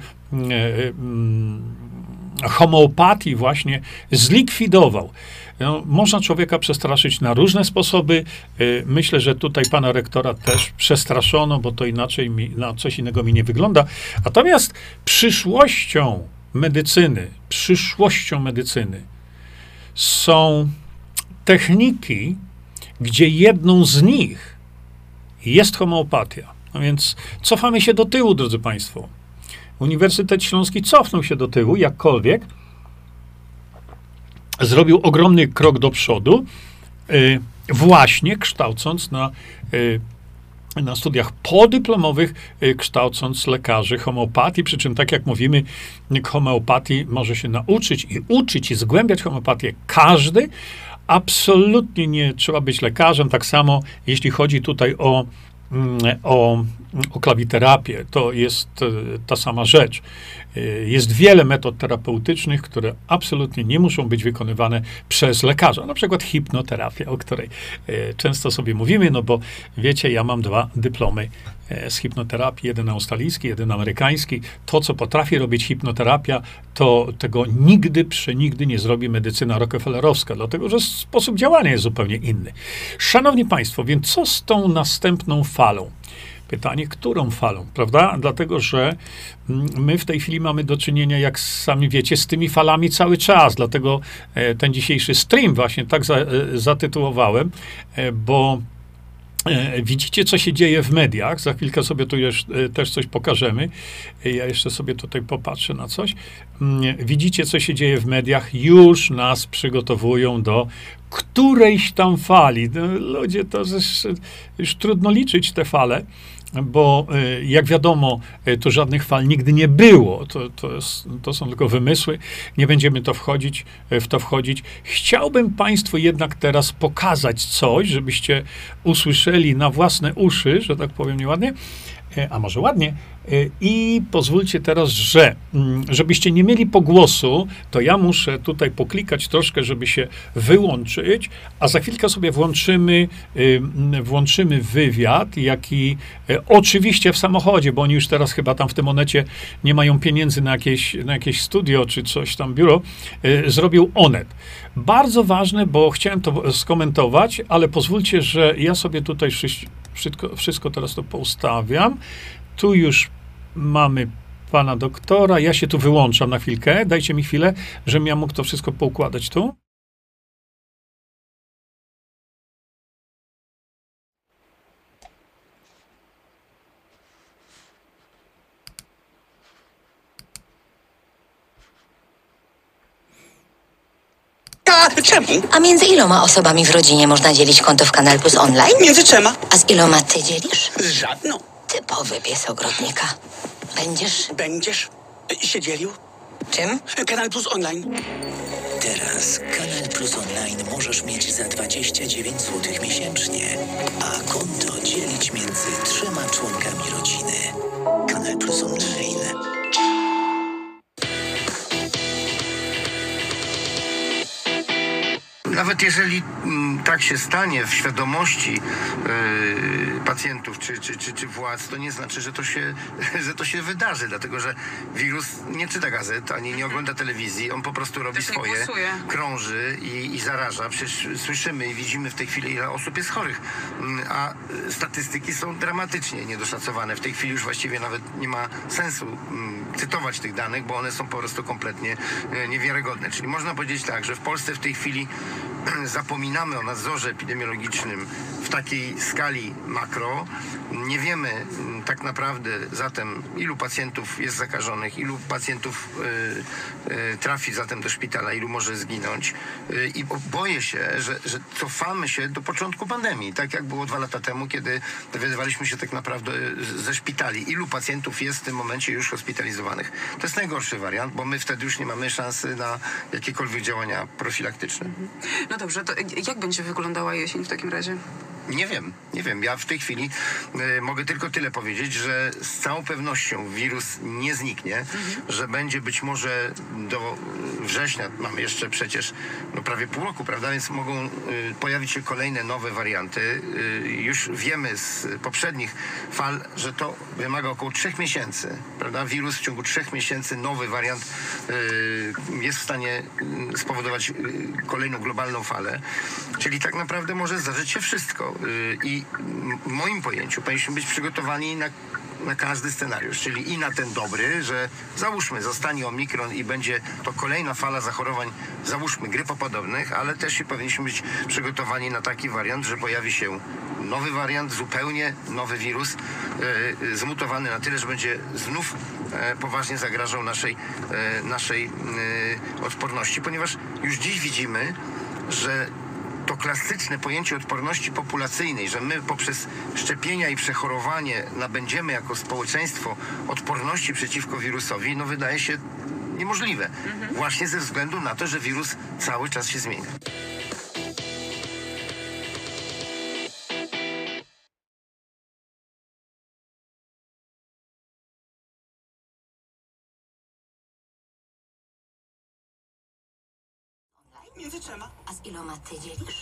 homeopatii właśnie zlikwidował. No, można człowieka przestraszyć na różne sposoby. Myślę, że tutaj pana rektora też przestraszono, bo to inaczej na coś innego mi nie wygląda. Natomiast przyszłością medycyny są techniki, gdzie jedną z nich jest homeopatia. No więc cofamy się do tyłu, drodzy Państwo. Uniwersytet Śląski cofnął się do tyłu, jakkolwiek zrobił ogromny krok do przodu, właśnie kształcąc na studiach podyplomowych, kształcąc lekarzy homeopatii, przy czym, tak jak mówimy, homeopatii może się nauczyć i uczyć i zgłębiać homeopatię każdy. Absolutnie nie trzeba być lekarzem. Tak samo, jeśli chodzi tutaj o klawiterapię, to jest ta sama rzecz. Jest wiele metod terapeutycznych, które absolutnie nie muszą być wykonywane przez lekarza. Na przykład hipnoterapia, o której często sobie mówimy, no bo wiecie, ja mam 2 dyplomy z hipnoterapii, jeden australijski, jeden amerykański. To, co potrafi robić hipnoterapia, to tego nigdy, przenigdy nie zrobi medycyna rockefellerowska, dlatego że sposób działania jest zupełnie inny. Szanowni Państwo, więc co z tą następną falą? Pytanie, którą falą, prawda? Dlatego, że my w tej chwili mamy do czynienia, jak sami wiecie, z tymi falami cały czas. Dlatego ten dzisiejszy stream właśnie tak zatytułowałem, bo widzicie, co się dzieje w mediach. Za chwilkę sobie tu też coś pokażemy. Ja jeszcze sobie tutaj popatrzę na coś. Widzicie, co się dzieje w mediach. Już nas przygotowują do którejś tam fali. No, ludzie, to już trudno liczyć te fale, bo jak wiadomo, to żadnych fal nigdy nie było. To są tylko wymysły. Nie będziemy w to wchodzić. Chciałbym Państwu jednak teraz pokazać coś, żebyście usłyszeli na własne uszy, że tak powiem nieładnie, a może ładnie. I pozwólcie teraz, żebyście nie mieli pogłosu, to ja muszę tutaj poklikać troszkę, żeby się wyłączyć, a za chwilkę sobie włączymy wywiad, jaki oczywiście w samochodzie, bo oni już teraz chyba tam w tym Onecie nie mają pieniędzy na jakieś studio czy coś tam, biuro, zrobił Onet. Bardzo ważne, bo chciałem to skomentować, ale pozwólcie, że ja sobie tutaj wszystko teraz to poustawiam. Tu już mamy pana doktora. Ja się tu wyłączam na chwilkę. Dajcie mi chwilę, żebym ja mógł to wszystko poukładać tu. A czemu? A między iloma osobami w rodzinie można dzielić konto w Kanal Plus Online? Między czema? A z iloma ty dzielisz? Z żadną. Typowy pies ogrodnika. Będziesz się dzielił? Czym? Kanal Plus Online. Teraz Kanal Plus Online możesz mieć za 29 zł miesięcznie, a konto dzielić między 3 członkami rodziny. Kanal Plus Online. Nawet jeżeli tak się stanie w świadomości pacjentów czy władz, to nie znaczy, że to się wydarzy, dlatego że wirus nie czyta gazet, ani nie ogląda telewizji, on po prostu robi swoje, krąży i zaraża. Przecież słyszymy i widzimy w tej chwili, ile osób jest chorych, a statystyki są dramatycznie niedoszacowane. W tej chwili już właściwie nawet nie ma sensu cytować tych danych, bo one są po prostu kompletnie niewiarygodne. Czyli można powiedzieć tak, że w Polsce w tej chwili zapominamy o nadzorze epidemiologicznym w takiej skali makro. Nie wiemy tak naprawdę zatem, ilu pacjentów jest zakażonych, ilu pacjentów trafi zatem do szpitala, ilu może zginąć. I boję się, że cofamy się do początku pandemii, tak jak było 2 lata temu, kiedy dowiadywaliśmy się tak naprawdę ze szpitali, ilu pacjentów jest w tym momencie już hospitalizowanych. To jest najgorszy wariant, bo my wtedy już nie mamy szansy na jakiekolwiek działania profilaktyczne. No dobrze, to jak będzie wyglądała jesień w takim razie? Nie wiem. Ja w tej chwili mogę tylko tyle powiedzieć, że z całą pewnością wirus nie zniknie, że będzie być może do września, mamy jeszcze przecież prawie pół roku, prawda, więc mogą pojawić się kolejne nowe warianty. Już wiemy z poprzednich fal, że to wymaga około 3 miesięcy, prawda? Wirus w ciągu 3 miesięcy, nowy wariant jest w stanie spowodować kolejną globalną falę, czyli tak naprawdę może zdarzyć się wszystko. I w moim pojęciu powinniśmy być przygotowani na na każdy scenariusz, czyli i na ten dobry, że załóżmy, zostanie omikron i będzie to kolejna fala zachorowań, załóżmy, grypopodobnych, ale też się powinniśmy być przygotowani na taki wariant, że pojawi się nowy wariant, zupełnie nowy wirus, zmutowany na tyle, że będzie znów poważnie zagrażał naszej odporności, ponieważ już dziś widzimy, że to klasyczne pojęcie odporności populacyjnej, że my poprzez szczepienia i przechorowanie nabędziemy jako społeczeństwo odporności przeciwko wirusowi, no wydaje się niemożliwe. Właśnie ze względu na to, że wirus cały czas się zmienia. Między trzema. A z iloma ty dzielisz?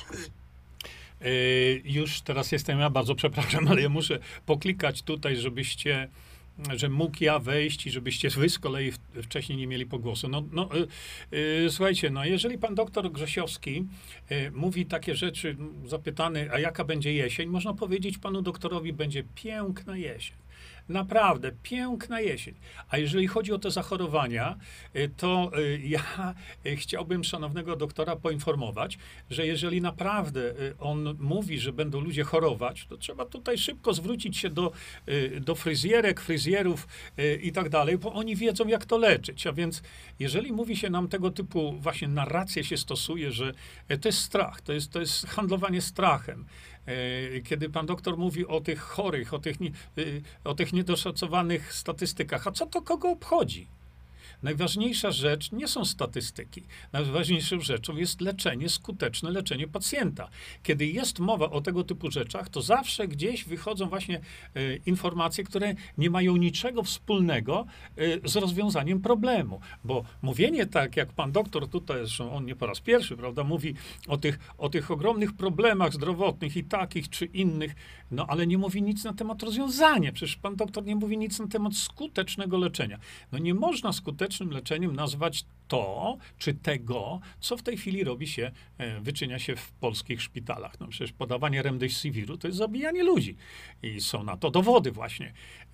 Już teraz jestem, ja bardzo przepraszam, ale ja muszę poklikać tutaj, że mógł ja wejść i żebyście wy z kolei wcześniej nie mieli pogłosu. Słuchajcie, jeżeli pan doktor Grzesiowski mówi takie rzeczy, zapytany, a jaka będzie jesień, można powiedzieć panu doktorowi, będzie piękna jesień. Naprawdę, piękna jesień. A jeżeli chodzi o te zachorowania, to ja chciałbym szanownego doktora poinformować, że jeżeli naprawdę on mówi, że będą ludzie chorować, to trzeba tutaj szybko zwrócić się do fryzjerek, fryzjerów i tak dalej, bo oni wiedzą, jak to leczyć. A więc jeżeli mówi się nam tego typu właśnie narrację się stosuje, że to jest strach, to jest handlowanie strachem. Kiedy pan doktor mówi o tych chorych, o tych niedoszacowanych statystykach, a co to kogo obchodzi? Najważniejsza rzecz nie są statystyki. Najważniejszą rzeczą jest leczenie, skuteczne leczenie pacjenta. Kiedy jest mowa o tego typu rzeczach, to zawsze gdzieś wychodzą właśnie informacje, które nie mają niczego wspólnego z rozwiązaniem problemu. Bo mówienie tak, jak pan doktor tutaj, zresztą on nie po raz pierwszy, prawda, mówi o tych ogromnych problemach zdrowotnych i takich czy innych, ale nie mówi nic na temat rozwiązania. Przecież pan doktor nie mówi nic na temat skutecznego leczenia. Nie można skutecznym leczeniem nazwać to, czy tego, co w tej chwili wyczynia się w polskich szpitalach. Przecież podawanie remdesiviru to jest zabijanie ludzi. I są na to dowody właśnie.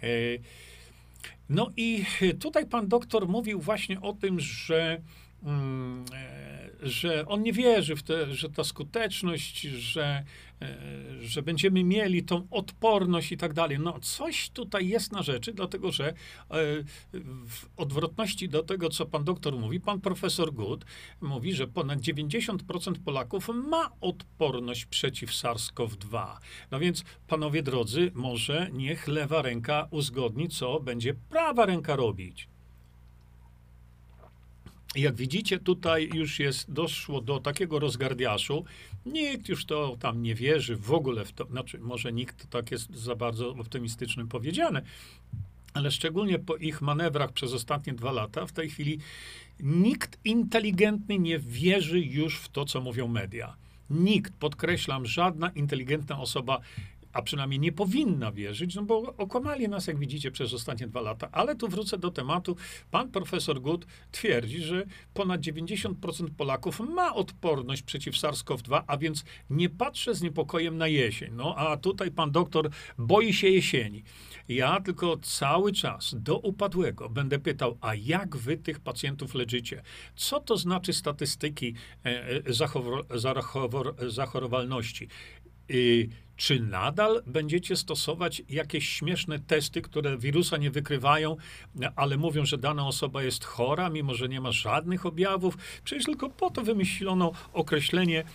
I tutaj pan doktor mówił właśnie o tym, że on nie wierzy w że ta skuteczność, że będziemy mieli tą odporność i tak dalej. Coś tutaj jest na rzeczy, dlatego że w odwrotności do tego, co pan doktor mówi, pan profesor Good mówi, że ponad 90% Polaków ma odporność przeciw SARS-CoV-2. Więc, panowie drodzy, może niech lewa ręka uzgodni, co będzie prawa ręka robić. Jak widzicie, tutaj już doszło do takiego rozgardiaszu. Nikt już to tam nie wierzy w ogóle w to. Może nikt, to tak jest za bardzo optymistycznym powiedziane, ale szczególnie po ich manewrach przez ostatnie 2 lata, w tej chwili nikt inteligentny nie wierzy już w to, co mówią media. Nikt, podkreślam, żadna inteligentna osoba, a przynajmniej nie powinna wierzyć, bo okłamali nas, jak widzicie, przez ostatnie 2 lata. Ale tu wrócę do tematu. Pan profesor Good twierdzi, że ponad 90% Polaków ma odporność przeciw SARS-CoV-2, a więc nie patrzę z niepokojem na jesień. A tutaj pan doktor boi się jesieni. Ja tylko cały czas do upadłego będę pytał, a jak wy tych pacjentów leczycie? Co to znaczy statystyki zachorowalności? Czy nadal będziecie stosować jakieś śmieszne testy, które wirusa nie wykrywają, ale mówią, że dana osoba jest chora, mimo że nie ma żadnych objawów? Przecież tylko po to wymyślono określenie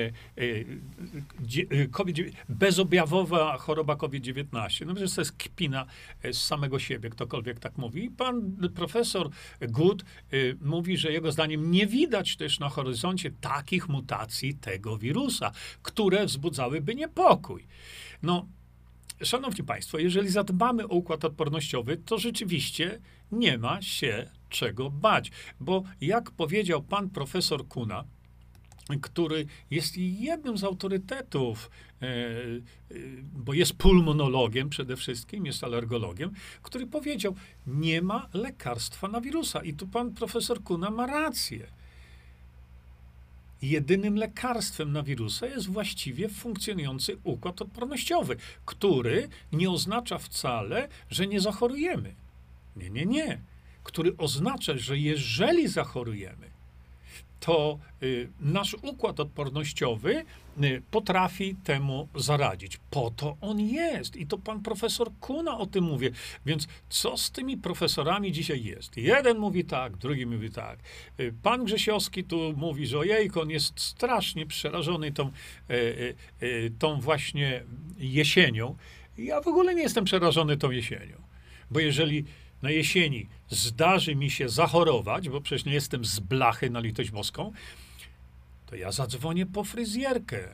bezobjawowa choroba COVID-19. Przecież to jest kpina z samego siebie, ktokolwiek tak mówi. I pan profesor Good mówi, że jego zdaniem nie widać też na horyzoncie takich mutacji tego wirusa, które wzbudzałyby niepokój. Szanowni państwo, jeżeli zadbamy o układ odpornościowy, to rzeczywiście nie ma się czego bać, bo jak powiedział pan profesor Kuna, który jest jednym z autorytetów, bo jest pulmonologiem przede wszystkim, jest alergologiem, który powiedział, nie ma lekarstwa na wirusa. I tu pan profesor Kuna ma rację. jedynym lekarstwem na wirusa jest właściwie funkcjonujący układ odpornościowy, który nie oznacza wcale, że nie zachorujemy. Nie. Który oznacza, że jeżeli zachorujemy, to nasz układ odpornościowy potrafi temu zaradzić. Po to on jest. I to pan profesor Kuna o tym mówi. Więc co z tymi profesorami dzisiaj jest? Jeden mówi tak, drugi mówi tak. Pan Grzesiowski tu mówi, że ojejku, on jest strasznie przerażony tą właśnie jesienią. Ja w ogóle nie jestem przerażony tą jesienią. Bo jeżeli na jesieni zdarzy mi się zachorować, bo przecież nie jestem z blachy na litość boską, to ja zadzwonię po fryzjerkę,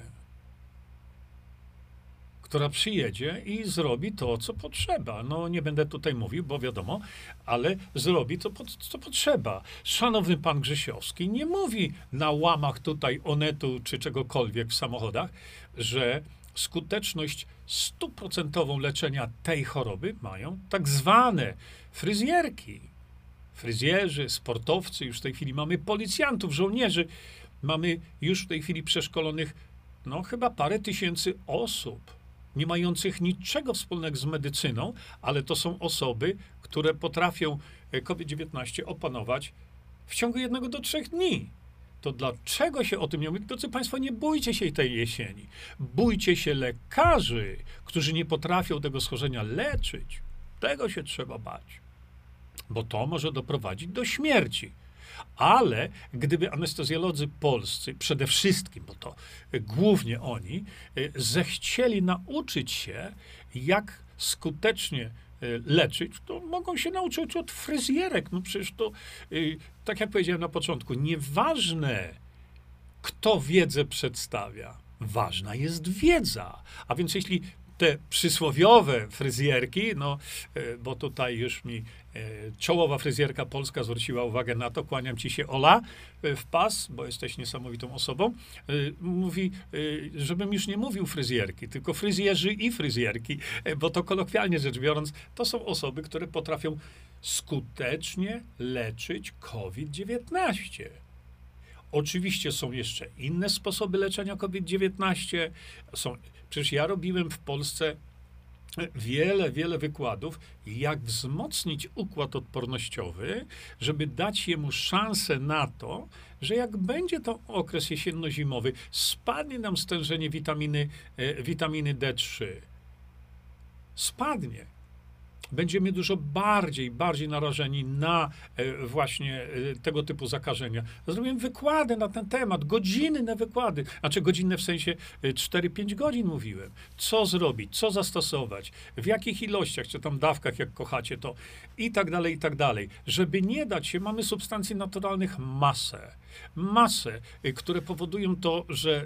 która przyjedzie i zrobi to, co potrzeba. No, nie będę tutaj mówił, bo wiadomo, ale zrobi to, co potrzeba. Szanowny pan Grzesiowski nie mówi na łamach tutaj Onetu czy czegokolwiek w samochodach, że skuteczność 100% leczenia tej choroby mają tak zwane fryzjerki. Fryzjerzy, sportowcy, już w tej chwili mamy policjantów, żołnierzy, mamy już w tej chwili przeszkolonych, no chyba parę tysięcy osób, nie mających niczego wspólnego z medycyną, ale to są osoby, które potrafią COVID-19 opanować w ciągu 1 do 3 dni. To dlaczego się o tym nie mówi? Drodzy Państwo, nie bójcie się tej jesieni. Bójcie się lekarzy, którzy nie potrafią tego schorzenia leczyć. Tego się trzeba bać, bo to może doprowadzić do śmierci. Ale gdyby anestezjolodzy polscy, przede wszystkim, bo to głównie oni, zechcieli nauczyć się, jak skutecznie leczyć, to mogą się nauczyć od fryzjerek. No przecież to, tak jak powiedziałem na początku, nieważne, kto wiedzę przedstawia. Ważna jest wiedza. A więc jeśli te przysłowiowe fryzjerki, no, bo tutaj już mi czołowa fryzjerka polska zwróciła uwagę na to, kłaniam ci się, Ola, w pas, bo jesteś niesamowitą osobą, mówi, żebym już nie mówił fryzjerki, tylko fryzjerzy i fryzjerki, bo to kolokwialnie rzecz biorąc, to są osoby, które potrafią skutecznie leczyć COVID-19. Oczywiście są jeszcze inne sposoby leczenia COVID-19. Przecież ja robiłem w Polsce wiele wykładów, jak wzmocnić układ odpornościowy, żeby dać jemu szansę na to, że jak będzie to okres jesienno-zimowy, spadnie nam stężenie witaminy D3. Spadnie. Będziemy dużo bardziej narażeni na właśnie tego typu zakażenia. Zrobiłem wykłady na ten temat, godzinne wykłady, znaczy godzinne w sensie 4-5 godzin mówiłem. Co zrobić, co zastosować, w jakich ilościach, czy tam dawkach, jak kochacie to i tak dalej, żeby nie dać się, mamy substancji naturalnych masę, które powodują to,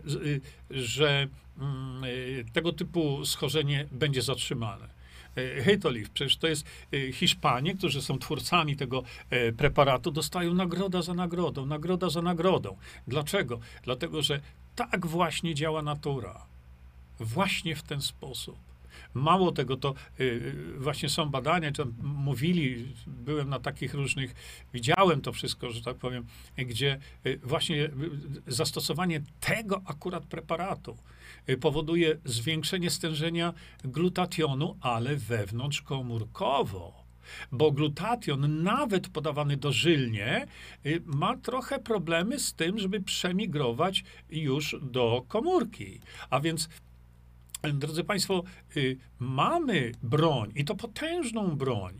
że tego typu schorzenie będzie zatrzymane. Hytolif, przecież to jest Hiszpanie, którzy są twórcami tego preparatu, dostają nagroda za nagrodą. Dlaczego? Dlatego, że tak właśnie działa natura. Właśnie w ten sposób. Mało tego, to właśnie są badania, tam mówili, byłem na takich różnych, widziałem to wszystko, że tak powiem, gdzie właśnie zastosowanie tego akurat preparatu powoduje zwiększenie stężenia glutationu, ale wewnątrzkomórkowo. Bo glutation, nawet podawany dożylnie, ma trochę problemy z tym, żeby przemigrować już do komórki. A więc drodzy Państwo, mamy broń i to potężną broń,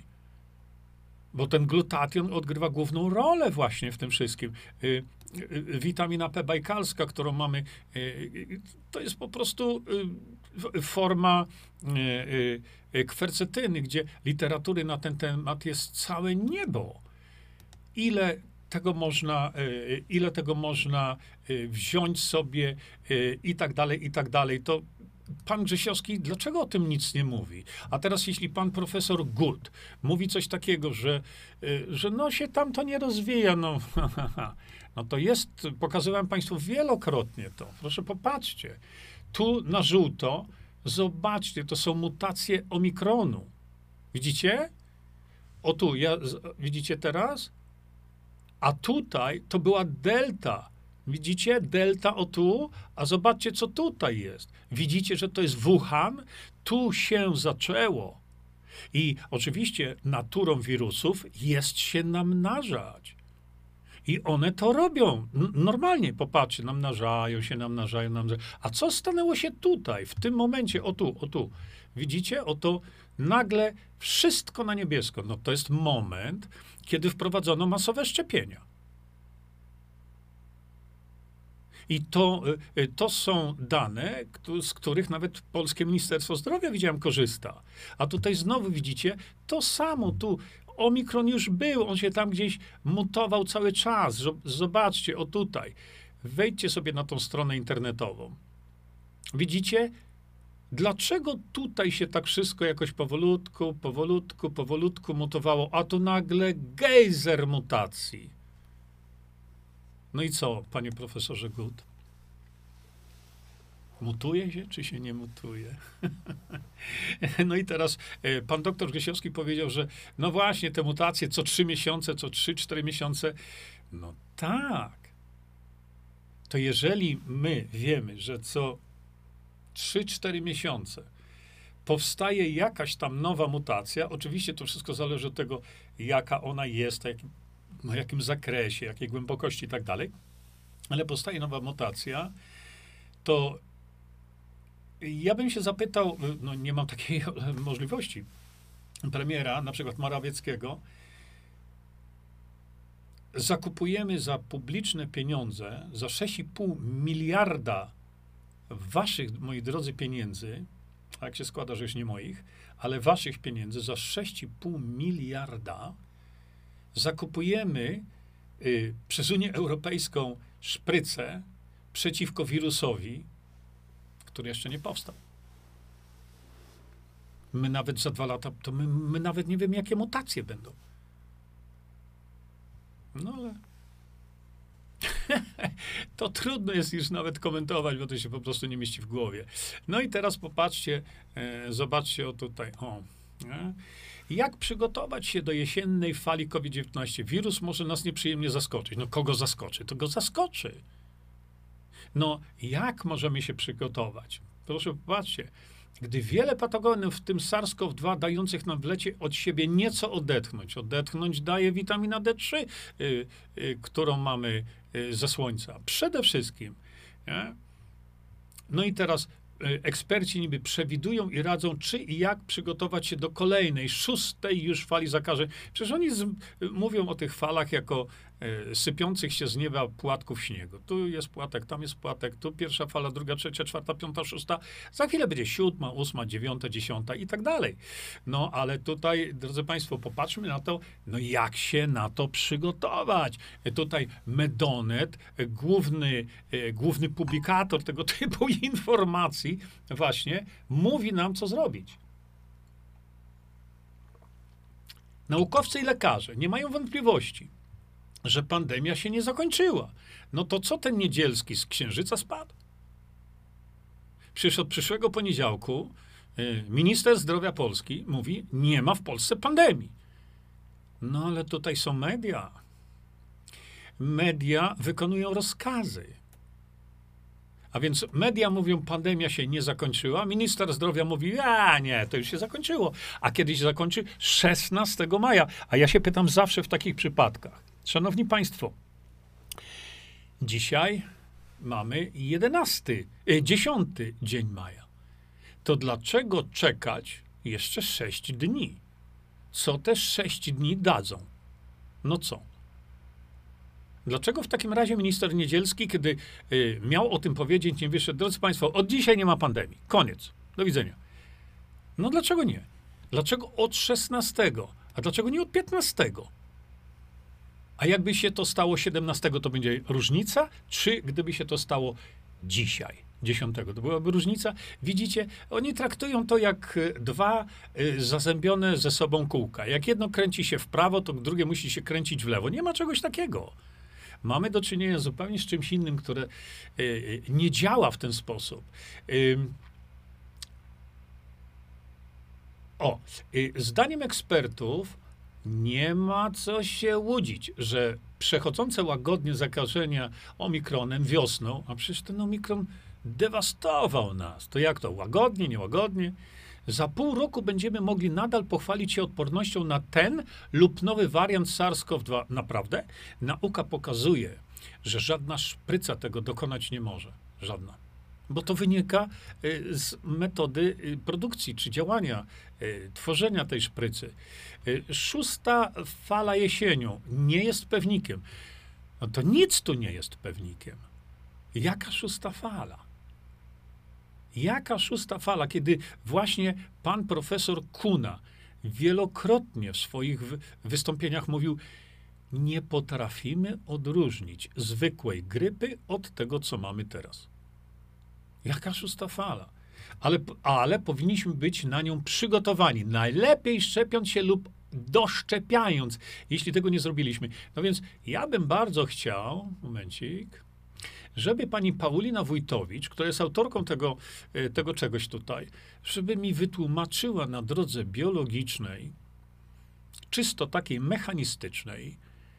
bo ten glutation odgrywa główną rolę właśnie w tym wszystkim. Witamina P bajkalska, którą mamy, to jest po prostu forma kwercetyny, gdzie literatury na ten temat jest całe niebo. Ile tego można wziąć sobie i tak dalej, to pan Grzesiowski, dlaczego o tym nic nie mówi? A teraz, jeśli pan profesor Gut mówi coś takiego, że no się tam to nie rozwija, no to jest, pokazywałem państwu wielokrotnie to. Proszę, popatrzcie. Tu na żółto, zobaczcie, to są mutacje omikronu. Widzicie? O tu, widzicie teraz? A tutaj to była delta. Widzicie? Delta o tu, a zobaczcie, co tutaj jest. Widzicie, że to jest Wuhan? Tu się zaczęło. I oczywiście naturą wirusów jest się namnażać. I one to robią. Normalnie, popatrzcie, namnażają się. A co stanęło się tutaj, w tym momencie, o tu? Widzicie? Oto nagle wszystko na niebiesko. No to jest moment, kiedy wprowadzono masowe szczepienia. I to są dane, z których nawet Polskie Ministerstwo Zdrowia, widziałem, korzysta. A tutaj znowu widzicie to samo. Tu Omikron już był, on się tam gdzieś mutował cały czas. Zobaczcie, o tutaj. Wejdźcie sobie na tą stronę internetową. Widzicie? Dlaczego tutaj się tak wszystko jakoś powolutku mutowało, a tu nagle gejzer mutacji? No i co, panie profesorze Gut? Mutuje się, czy się nie mutuje? No i teraz pan doktor Grysiowski powiedział, że no właśnie, te mutacje co 3 miesiące, co 3-4 miesiące. No tak. To jeżeli my wiemy, że co 3-4 miesiące powstaje jakaś tam nowa mutacja, oczywiście to wszystko zależy od tego, jaka ona jest, w jakim zakresie, jakiej głębokości i tak dalej, ale powstaje nowa mutacja, to ja bym się zapytał, no nie mam takiej możliwości, premiera, na przykład Morawieckiego, zakupujemy za publiczne pieniądze, za 6,5 miliarda waszych, moi drodzy, pieniędzy, a jak się składa, że już nie moich, ale waszych pieniędzy, za 6,5 miliarda zakupujemy przez Unię Europejską szprycę przeciwko wirusowi, który jeszcze nie powstał. My nawet za 2 lata, to my nawet nie wiemy, jakie mutacje będą. No ale to trudno jest już nawet komentować, bo to się po prostu nie mieści w głowie. No i teraz popatrzcie, zobaczcie o tutaj. Nie? Jak przygotować się do jesiennej fali COVID-19? Wirus może nas nieprzyjemnie zaskoczyć. No kogo zaskoczy? To go zaskoczy. No jak możemy się przygotować? Proszę popatrzcie. Gdy wiele patogenów, w tym SARS-CoV-2, dających nam w lecie od siebie nieco odetchnąć. Odetchnąć daje witamina D3, którą mamy ze słońca. Przede wszystkim. Nie? No i teraz eksperci niby przewidują i radzą, czy i jak przygotować się do kolejnej, 6. już fali zakażeń. Przecież oni mówią o tych falach jako sypiących się z nieba płatków śniegu. Tu jest płatek, tam jest płatek, tu pierwsza fala, druga, trzecia, czwarta, piąta, 6. Za chwilę będzie 7., 8., 9., 10. i tak dalej. No, ale tutaj, drodzy państwo, popatrzmy na to, no jak się na to przygotować. Tutaj Medonet, główny publikator tego typu informacji, właśnie, mówi nam, co zrobić. Naukowcy i lekarze nie mają wątpliwości, że pandemia się nie zakończyła. No to co ten Niedzielski z Księżyca spadł? Przecież od przyszłego poniedziałku minister zdrowia Polski mówi, nie ma w Polsce pandemii. No ale tutaj są media. Media wykonują rozkazy. A więc media mówią, pandemia się nie zakończyła, minister zdrowia mówi, a nie, to już się zakończyło. A kiedy się zakończy? 16 maja. A ja się pytam zawsze w takich przypadkach. Szanowni państwo, dzisiaj mamy 10 dzień maja. To dlaczego czekać jeszcze 6 dni? Co te 6 dni dadzą? No co? Dlaczego w takim razie minister Niedzielski, kiedy miał o tym powiedzieć, nie wyszedł? Drodzy państwo, od dzisiaj nie ma pandemii. Koniec. Do widzenia. No dlaczego nie? Dlaczego od 16? A dlaczego nie od 15? A jakby się to stało 17, to będzie różnica? Czy gdyby się to stało dzisiaj, 10, to byłaby różnica? Widzicie, oni traktują to jak 2 zazębione ze sobą kółka. Jak jedno kręci się w prawo, to drugie musi się kręcić w lewo. Nie ma czegoś takiego. Mamy do czynienia zupełnie z czymś innym, które nie działa w ten sposób. Zdaniem ekspertów Nie ma co się łudzić, że przechodzące łagodnie zakażenia omikronem wiosną, a przecież ten omikron dewastował nas. To jak to? Łagodnie, niełagodnie? Za pół roku będziemy mogli nadal pochwalić się odpornością na ten lub nowy wariant SARS-CoV-2. Naprawdę? Nauka pokazuje, że żadna szpryca tego dokonać nie może. Żadna. Bo to wynika z metody produkcji czy działania, tworzenia tej szprycy. 6. fala jesienią nie jest pewnikiem. No to nic tu nie jest pewnikiem. Jaka 6. fala? Jaka 6. fala, kiedy właśnie pan profesor Kuna wielokrotnie w swoich wystąpieniach mówił, nie potrafimy odróżnić zwykłej grypy od tego, co mamy teraz. Jaka 6. fala? Ale powinniśmy być na nią przygotowani. Najlepiej szczepiąc się lub doszczepiając, jeśli tego nie zrobiliśmy. No więc ja bym bardzo chciał, momencik, żeby pani Paulina Wójtowicz, która jest autorką tego czegoś tutaj, żeby mi wytłumaczyła na drodze biologicznej, czysto takiej mechanistycznej,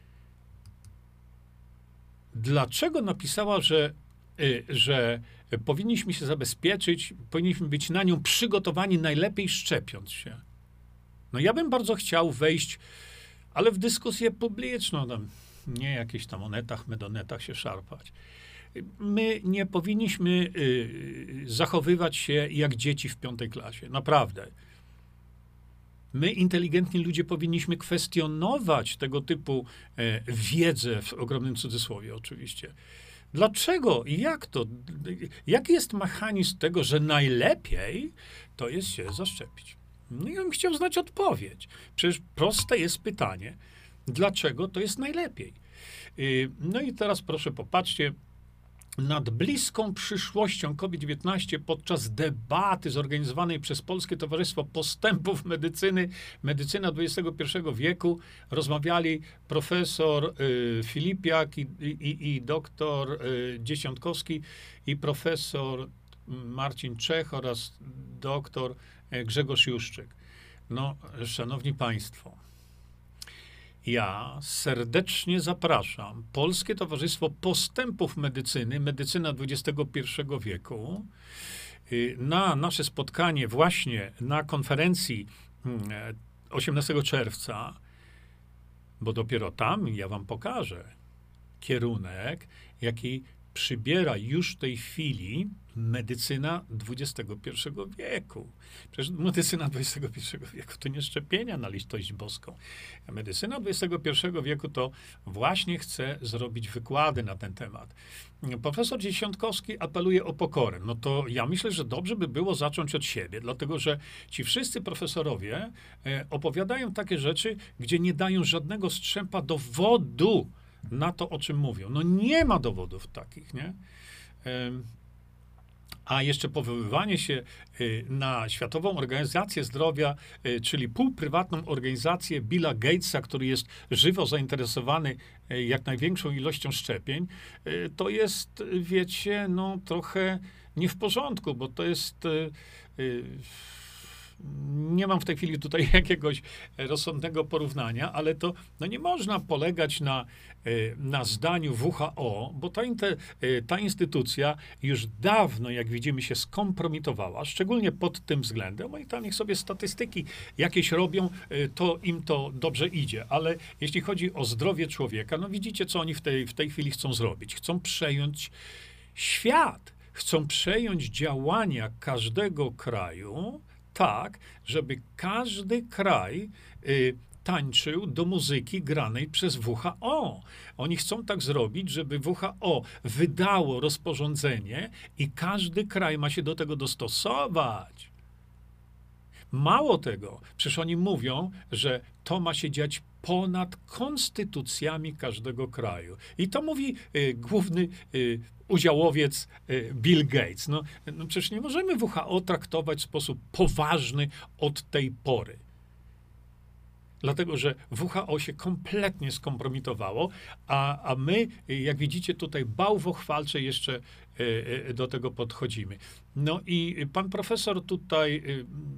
dlaczego napisała, że powinniśmy się zabezpieczyć, powinniśmy być na nią przygotowani, najlepiej szczepiąc się. No ja bym bardzo chciał wejść, ale w dyskusję publiczną, nie jakieś tam onetach, medonetach się szarpać. My nie powinniśmy zachowywać się jak dzieci w 5. klasie. Naprawdę. My, inteligentni ludzie, powinniśmy kwestionować tego typu wiedzę, w ogromnym cudzysłowie oczywiście. Dlaczego i jak to? Jaki jest mechanizm tego, że najlepiej to jest się zaszczepić? No ja bym chciał znać odpowiedź. Przecież proste jest pytanie, dlaczego to jest najlepiej? No i teraz proszę popatrzcie, nad bliską przyszłością COVID-19 podczas debaty zorganizowanej przez Polskie Towarzystwo Postępów Medycyny, Medycyna XXI wieku, rozmawiali profesor Filipiak i doktor Dziesiątkowski i profesor Marcin Czech oraz doktor Grzegorz Juszczyk. No, szanowni państwo, ja serdecznie zapraszam Polskie Towarzystwo Postępów Medycyny, Medycyna XXI wieku, na nasze spotkanie właśnie na konferencji 18 czerwca, bo dopiero tam ja wam pokażę kierunek, jaki przybiera już w tej chwili medycyna XXI wieku. Przecież medycyna XXI wieku to nie szczepienia na litość boską. A medycyna XXI wieku to właśnie chce zrobić wykłady na ten temat. Profesor Dziesiątkowski apeluje o pokorę. No to ja myślę, że dobrze by było zacząć od siebie, dlatego że ci wszyscy profesorowie opowiadają takie rzeczy, gdzie nie dają żadnego strzępa dowodu na to, o czym mówią. No nie ma dowodów takich, nie? A jeszcze powoływanie się na Światową Organizację Zdrowia, czyli półprywatną organizację Billa Gatesa, który jest żywo zainteresowany jak największą ilością szczepień, to jest, wiecie, no trochę nie w porządku, bo to jest... Nie mam w tej chwili tutaj jakiegoś rozsądnego porównania, ale to no nie można polegać na zdaniu WHO, bo ta instytucja już dawno, jak widzimy, się skompromitowała, szczególnie pod tym względem. Oni tam niech sobie statystyki jakieś robią, to im to dobrze idzie, ale jeśli chodzi o zdrowie człowieka, no widzicie, co oni w tej chwili chcą zrobić. Chcą przejąć świat, chcą przejąć działania każdego kraju, tak, żeby każdy kraj tańczył do muzyki granej przez WHO. Oni chcą tak zrobić, żeby WHO wydało rozporządzenie i każdy kraj ma się do tego dostosować. Mało tego, przecież oni mówią, że to ma się dziać ponad konstytucjami każdego kraju. I to mówi główny udziałowiec Bill Gates. No przecież nie możemy WHO traktować w sposób poważny od tej pory. Dlatego, że WHO się kompletnie skompromitowało, a my, jak widzicie tutaj, bałwochwalcze jeszcze do tego podchodzimy. No i pan profesor tutaj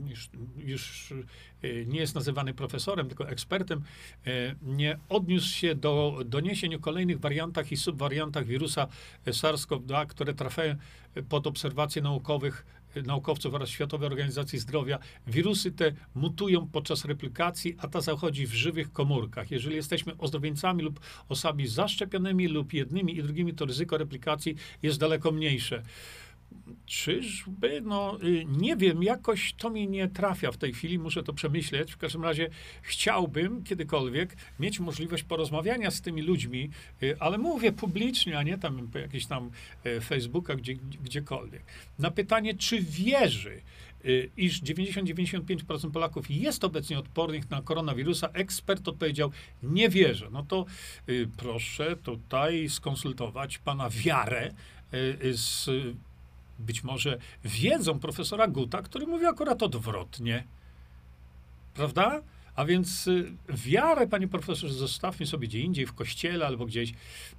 już nie jest nazywany profesorem, tylko ekspertem, nie odniósł się do doniesień o kolejnych wariantach i subwariantach wirusa SARS-CoV-2, które trafiają pod obserwacje naukowców oraz Światowej Organizacji Zdrowia. Wirusy te mutują podczas replikacji, a ta zachodzi w żywych komórkach. Jeżeli jesteśmy ozdrowieńcami lub osobami zaszczepionymi lub jednymi i drugimi, to ryzyko replikacji jest daleko mniejsze. Czyżby? No, nie wiem, jakoś to mi nie trafia w tej chwili, muszę to przemyśleć. W każdym razie chciałbym kiedykolwiek mieć możliwość porozmawiania z tymi ludźmi, ale mówię publicznie, a nie tam po jakichś tam Facebookach, gdziekolwiek. Na pytanie, czy wierzy, iż 90-95% Polaków jest obecnie odpornych na koronawirusa, ekspert odpowiedział, nie wierzę. No to proszę tutaj skonsultować pana wiarę z być może wiedzą profesora Guta, który mówi akurat odwrotnie. Prawda? A więc wiarę, panie profesorze, zostawmy sobie gdzie indziej, w kościele albo gdzieś.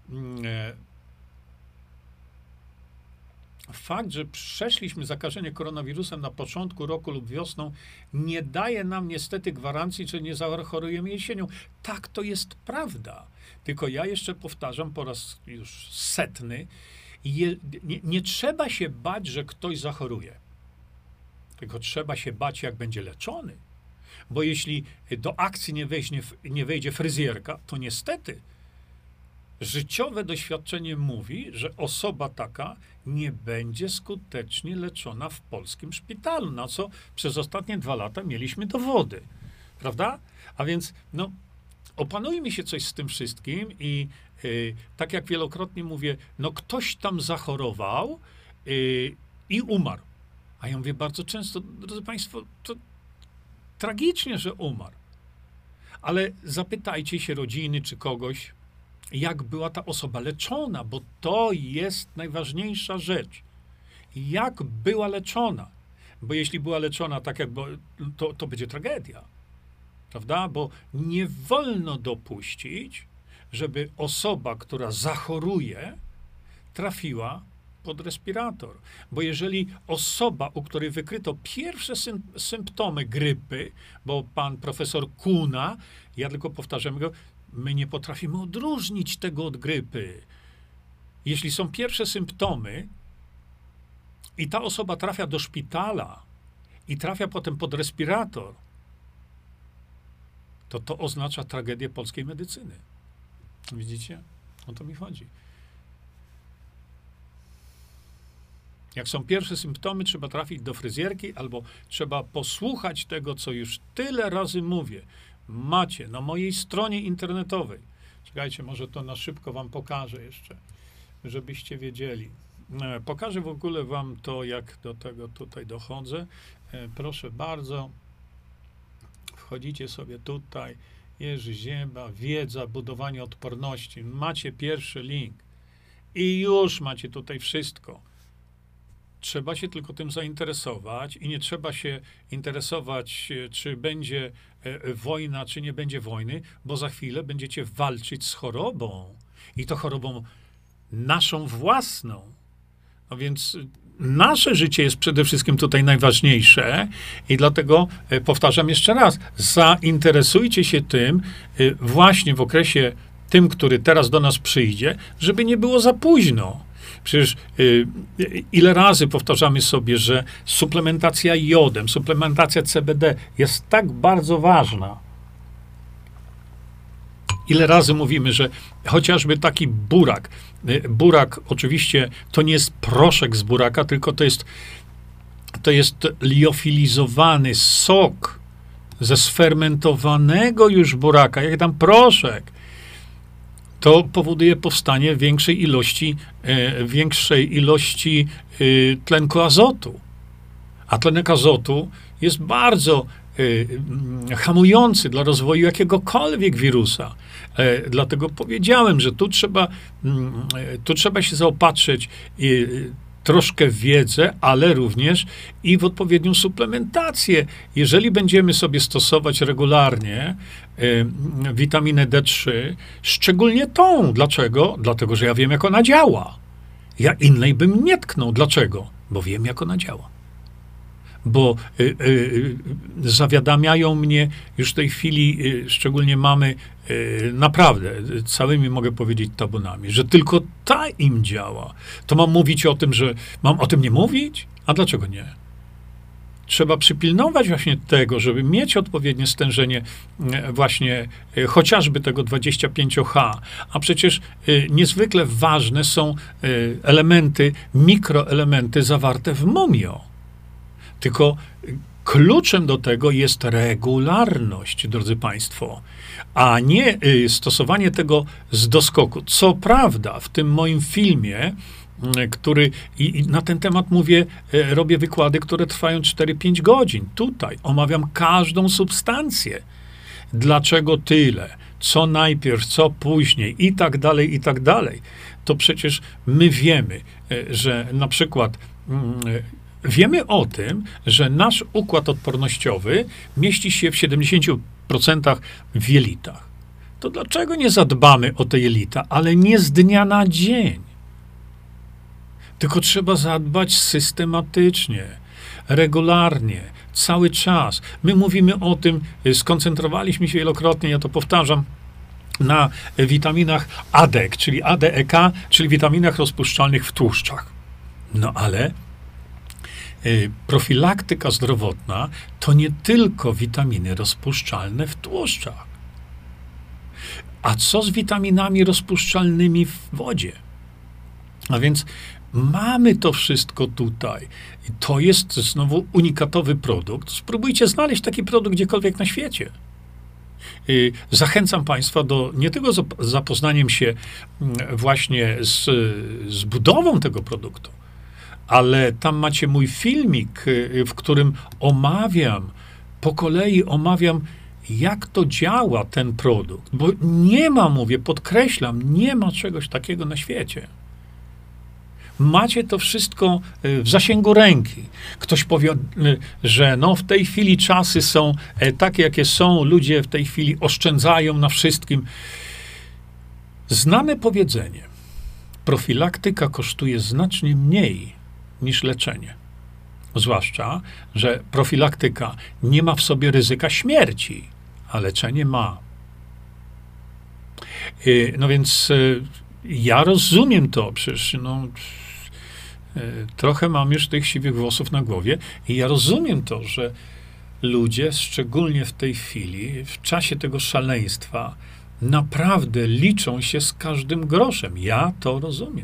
Fakt, że przeszliśmy zakażenie koronawirusem na początku roku lub wiosną, nie daje nam niestety gwarancji, że nie zachorujemy jesienią. Tak, to jest prawda. Tylko ja jeszcze powtarzam po raz już setny, nie trzeba się bać, że ktoś zachoruje. Tylko trzeba się bać, jak będzie leczony. Bo jeśli do akcji nie wejdzie fryzjerka, to niestety życiowe doświadczenie mówi, że osoba taka nie będzie skutecznie leczona w polskim szpitalu, na co przez ostatnie 2 lata mieliśmy dowody. Prawda? A więc, no, opanujmy się coś z tym wszystkim i tak jak wielokrotnie mówię, no ktoś tam zachorował i umarł. A ja mówię bardzo często, drodzy państwo, to tragicznie, że umarł. Ale zapytajcie się rodziny czy kogoś, jak była ta osoba leczona, bo to jest najważniejsza rzecz. Jak była leczona. Bo jeśli była leczona tak, jak to będzie tragedia. Prawda? Bo nie wolno dopuścić, żeby osoba, która zachoruje, trafiła pod respirator. Bo jeżeli osoba, u której wykryto pierwsze symptomy grypy, bo pan profesor Kuna, ja tylko powtarzam go, my nie potrafimy odróżnić tego od grypy. Jeśli są pierwsze symptomy i ta osoba trafia do szpitala i trafia potem pod respirator, to oznacza tragedię polskiej medycyny. Widzicie? O to mi chodzi. Jak są pierwsze symptomy, trzeba trafić do fryzjerki albo trzeba posłuchać tego, co już tyle razy mówię. Macie na mojej stronie internetowej. Czekajcie, może to na szybko wam pokażę jeszcze, żebyście wiedzieli. Pokażę w ogóle wam to, jak do tego tutaj dochodzę. Proszę bardzo. Wchodzicie sobie tutaj. Jerzy Zięba, wiedza, budowanie odporności. Macie pierwszy link. I już macie tutaj wszystko. Trzeba się tylko tym zainteresować i nie trzeba się interesować, czy będzie wojna, czy nie będzie wojny, bo za chwilę będziecie walczyć z chorobą. I to chorobą naszą własną. No więc nasze życie jest przede wszystkim tutaj najważniejsze i dlatego powtarzam jeszcze raz, zainteresujcie się tym właśnie w okresie tym, który teraz do nas przyjdzie, żeby nie było za późno. Przecież ile razy powtarzamy sobie, że suplementacja jodem, suplementacja CBD jest tak bardzo ważna. Ile razy mówimy, że chociażby taki burak, burak oczywiście to nie jest proszek z buraka, tylko to jest liofilizowany sok ze sfermentowanego już buraka, jak tam proszek. To powoduje powstanie większej ilości tlenku azotu. A tlenek azotu jest bardzo hamujący dla rozwoju jakiegokolwiek wirusa. Dlatego powiedziałem, że tu trzeba się zaopatrzyć troszkę w wiedzę, ale również i w odpowiednią suplementację. Jeżeli będziemy sobie stosować regularnie witaminę D3, szczególnie tą. Dlaczego? Dlatego, że ja wiem, jak ona działa. Ja innej bym nie tknął. Dlaczego? Bo wiem, jak ona działa. bo zawiadamiają mnie już w tej chwili, szczególnie mamy, naprawdę, całymi mogę powiedzieć tabunami, że tylko ta im działa. To mam mówić o tym, że mam o tym nie mówić? A dlaczego nie? Trzeba przypilnować właśnie tego, żeby mieć odpowiednie stężenie właśnie chociażby tego 25H, a przecież niezwykle ważne są elementy, mikroelementy zawarte w mumio. Tylko kluczem do tego jest regularność, drodzy Państwo, a nie stosowanie tego z doskoku. Co prawda, w tym moim filmie, który, i na ten temat mówię, robię wykłady, które trwają 4-5 godzin. Tutaj omawiam każdą substancję. Dlaczego tyle? Co najpierw, co później i tak dalej, i tak dalej. To przecież my wiemy, że na przykład wiemy o tym, że nasz układ odpornościowy mieści się w 70% w jelitach. To dlaczego nie zadbamy o te jelita, ale nie z dnia na dzień? Tylko trzeba zadbać systematycznie, regularnie, cały czas. My mówimy o tym, skoncentrowaliśmy się wielokrotnie, ja to powtarzam, na witaminach ADEK, czyli ADEK, czyli witaminach rozpuszczalnych w tłuszczach. No ale profilaktyka zdrowotna to nie tylko witaminy rozpuszczalne w tłuszczach. A co z witaminami rozpuszczalnymi w wodzie? A więc mamy to wszystko tutaj. I to jest znowu unikatowy produkt. Spróbujcie znaleźć taki produkt gdziekolwiek na świecie. Zachęcam Państwa do nie tylko zapoznaniem się właśnie z budową tego produktu, ale tam macie mój filmik, w którym po kolei omawiam, jak to działa ten produkt. Bo nie ma, mówię, podkreślam, nie ma czegoś takiego na świecie. Macie to wszystko w zasięgu ręki. Ktoś powie, że no w tej chwili czasy są takie, jakie są, ludzie w tej chwili oszczędzają na wszystkim. Znane powiedzenie, profilaktyka kosztuje znacznie mniej niż leczenie. Zwłaszcza, że profilaktyka nie ma w sobie ryzyka śmierci, a leczenie ma. No więc ja rozumiem to, przecież no, trochę mam już tych siwych włosów na głowie i ja rozumiem to, że ludzie, szczególnie w tej chwili, w czasie tego szaleństwa, naprawdę liczą się z każdym groszem. Ja to rozumiem.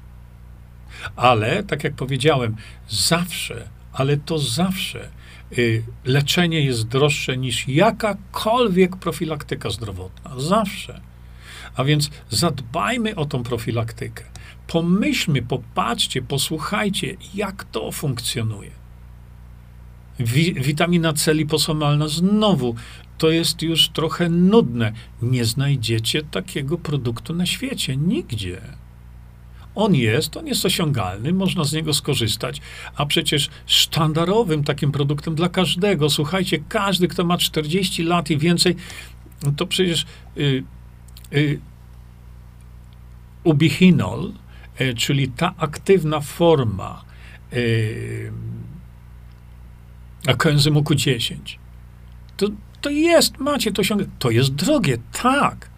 Ale, tak jak powiedziałem, zawsze, ale to zawsze leczenie jest droższe niż jakakolwiek profilaktyka zdrowotna. Zawsze. A więc zadbajmy o tą profilaktykę. Pomyślmy, popatrzcie, posłuchajcie, jak to funkcjonuje. Witamina C liposomalna znowu, to jest już trochę nudne. Nie znajdziecie takiego produktu na świecie, nigdzie. On jest osiągalny, można z niego skorzystać, a przecież sztandarowym takim produktem dla każdego, słuchajcie, każdy, kto ma 40 lat i więcej, to przecież ubichinol, czyli ta aktywna forma koenzymu Q10, to jest, macie to osiągnięte. To jest drogie, tak.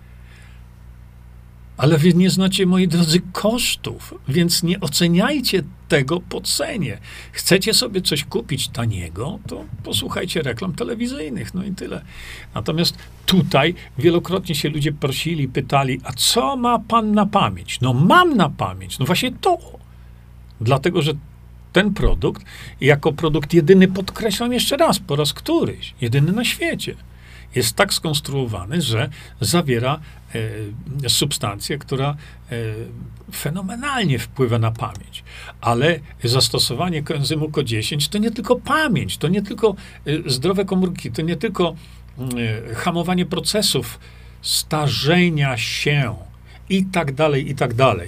Ale wy nie znacie, moi drodzy, kosztów, więc nie oceniajcie tego po cenie. Chcecie sobie coś kupić taniego, to posłuchajcie reklam telewizyjnych, no i tyle. Natomiast tutaj wielokrotnie się ludzie prosili, pytali, a co ma pan na pamięć? No mam na pamięć, no właśnie to. Dlatego, że ten produkt, jako produkt jedyny, podkreślam jeszcze raz, po raz któryś, jedyny na świecie, jest tak skonstruowany, że zawiera substancję, która fenomenalnie wpływa na pamięć. Ale zastosowanie koenzymu Q10 to nie tylko pamięć, to nie tylko zdrowe komórki, to nie tylko hamowanie procesów starzenia się i tak dalej, i tak dalej.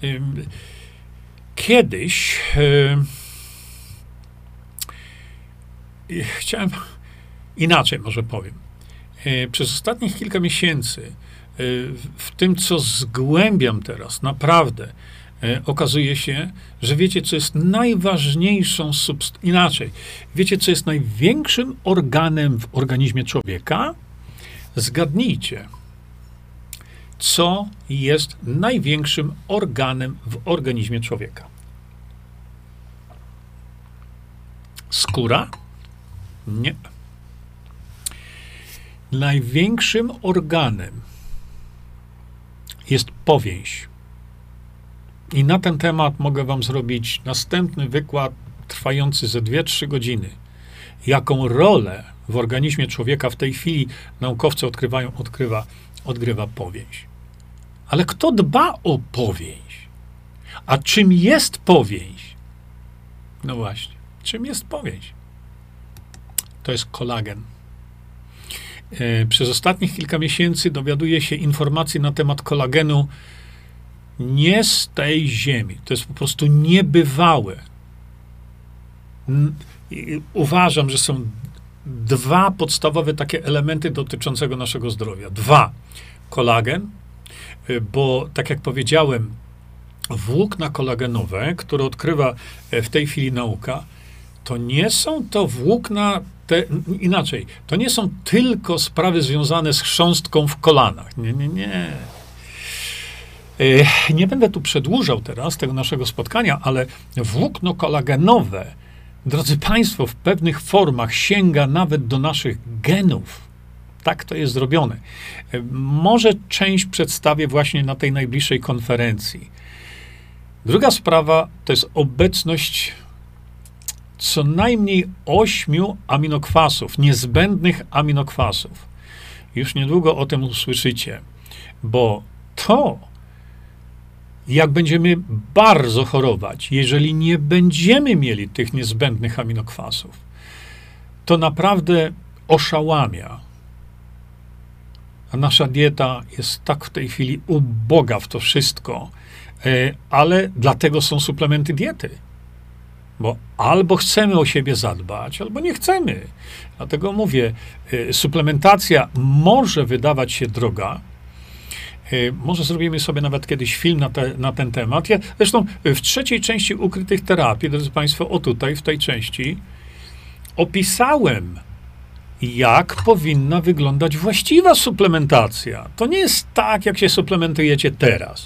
Kiedyś chciałem inaczej może powiem. Przez ostatnich kilka miesięcy w tym, co zgłębiam teraz, naprawdę, okazuje się, że wiecie, co jest najważniejszą inaczej. Wiecie, co jest największym organem w organizmie człowieka? Zgadnijcie. Co jest największym organem w organizmie człowieka? Skóra? Nie. Największym organem jest powięź. I na ten temat mogę wam zrobić następny wykład trwający ze 2-3 godziny. Jaką rolę w organizmie człowieka w tej chwili naukowcy odgrywa powięź. Ale kto dba o powięź? A czym jest powięź? No właśnie, czym jest powięź? To jest kolagen. Przez ostatnich kilka miesięcy dowiaduję się informacji na temat kolagenu nie z tej ziemi. To jest po prostu niebywałe. Uważam, że są 2 podstawowe takie elementy dotyczącego naszego zdrowia. 2. Kolagen, bo tak jak powiedziałem, włókna kolagenowe, które odkrywa w tej chwili nauka, to nie są to włókna, inaczej, to nie są tylko sprawy związane z chrząstką w kolanach. Nie. Nie będę tu przedłużał teraz tego naszego spotkania, ale włókno kolagenowe, drodzy Państwo, w pewnych formach sięga nawet do naszych genów. Tak to jest zrobione. Może część przedstawię właśnie na tej najbliższej konferencji. Druga sprawa to jest obecność co najmniej 8 aminokwasów, niezbędnych aminokwasów. Już niedługo o tym usłyszycie, bo to, jak będziemy bardzo chorować, jeżeli nie będziemy mieli tych niezbędnych aminokwasów, to naprawdę oszałamia. A nasza dieta jest tak w tej chwili uboga w to wszystko, ale dlatego są suplementy diety. Bo albo chcemy o siebie zadbać, albo nie chcemy. Dlatego mówię, suplementacja może wydawać się droga. Może zrobimy sobie nawet kiedyś film na ten temat. Ja zresztą w 3. części Ukrytych Terapii, drodzy Państwo, o tutaj, w tej części, opisałem, jak powinna wyglądać właściwa suplementacja. To nie jest tak, jak się suplementujecie teraz.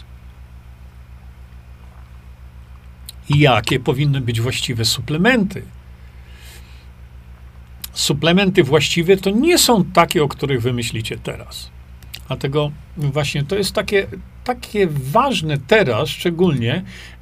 Jakie powinny być właściwe suplementy? Suplementy właściwe to nie są takie, o których wy myślicie teraz. Dlatego właśnie to jest takie ważne teraz, szczególnie,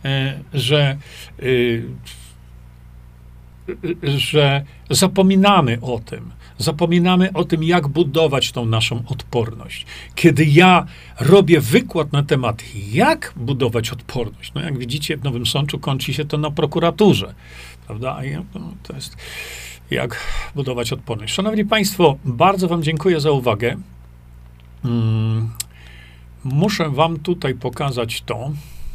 że zapominamy o tym. Zapominamy o tym, jak budować tą naszą odporność. Kiedy ja robię wykład na temat, jak budować odporność, no jak widzicie, w Nowym Sączu kończy się to na prokuraturze, prawda? To jest jak budować odporność. Szanowni Państwo, bardzo wam dziękuję za uwagę. Muszę wam tutaj pokazać to.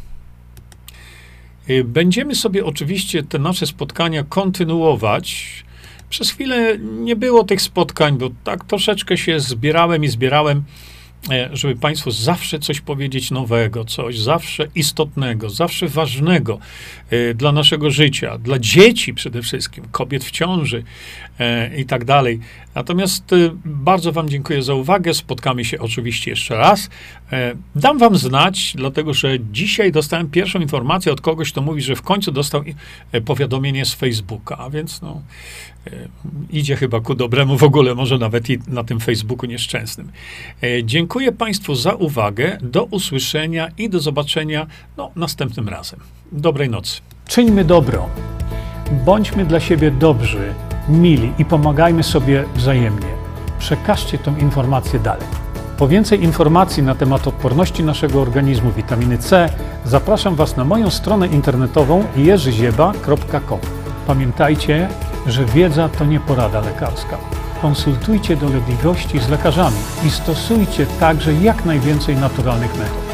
Będziemy sobie oczywiście te nasze spotkania kontynuować. Przez chwilę nie było tych spotkań, bo tak troszeczkę się zbierałem, żeby Państwu zawsze coś powiedzieć nowego, coś zawsze istotnego, zawsze ważnego dla naszego życia, dla dzieci przede wszystkim, kobiet w ciąży i tak dalej. Natomiast bardzo wam dziękuję za uwagę. Spotkamy się oczywiście jeszcze raz. Dam wam znać, dlatego że dzisiaj dostałem pierwszą informację od kogoś, kto mówi, że w końcu dostał powiadomienie z Facebooka, a więc no, idzie chyba ku dobremu w ogóle, może nawet i na tym Facebooku nieszczęsnym. Dziękuję Państwu za uwagę. Do usłyszenia i do zobaczenia następnym razem. Dobrej nocy. Czyńmy dobro. Bądźmy dla siebie dobrzy, mili i pomagajmy sobie wzajemnie. Przekażcie tę informację dalej. Po więcej informacji na temat odporności naszego organizmu, witaminy C, zapraszam Was na moją stronę internetową jerzyzieba.com. Pamiętajcie, że wiedza to nie porada lekarska. Konsultujcie dolegliwości z lekarzami i stosujcie także jak najwięcej naturalnych metod.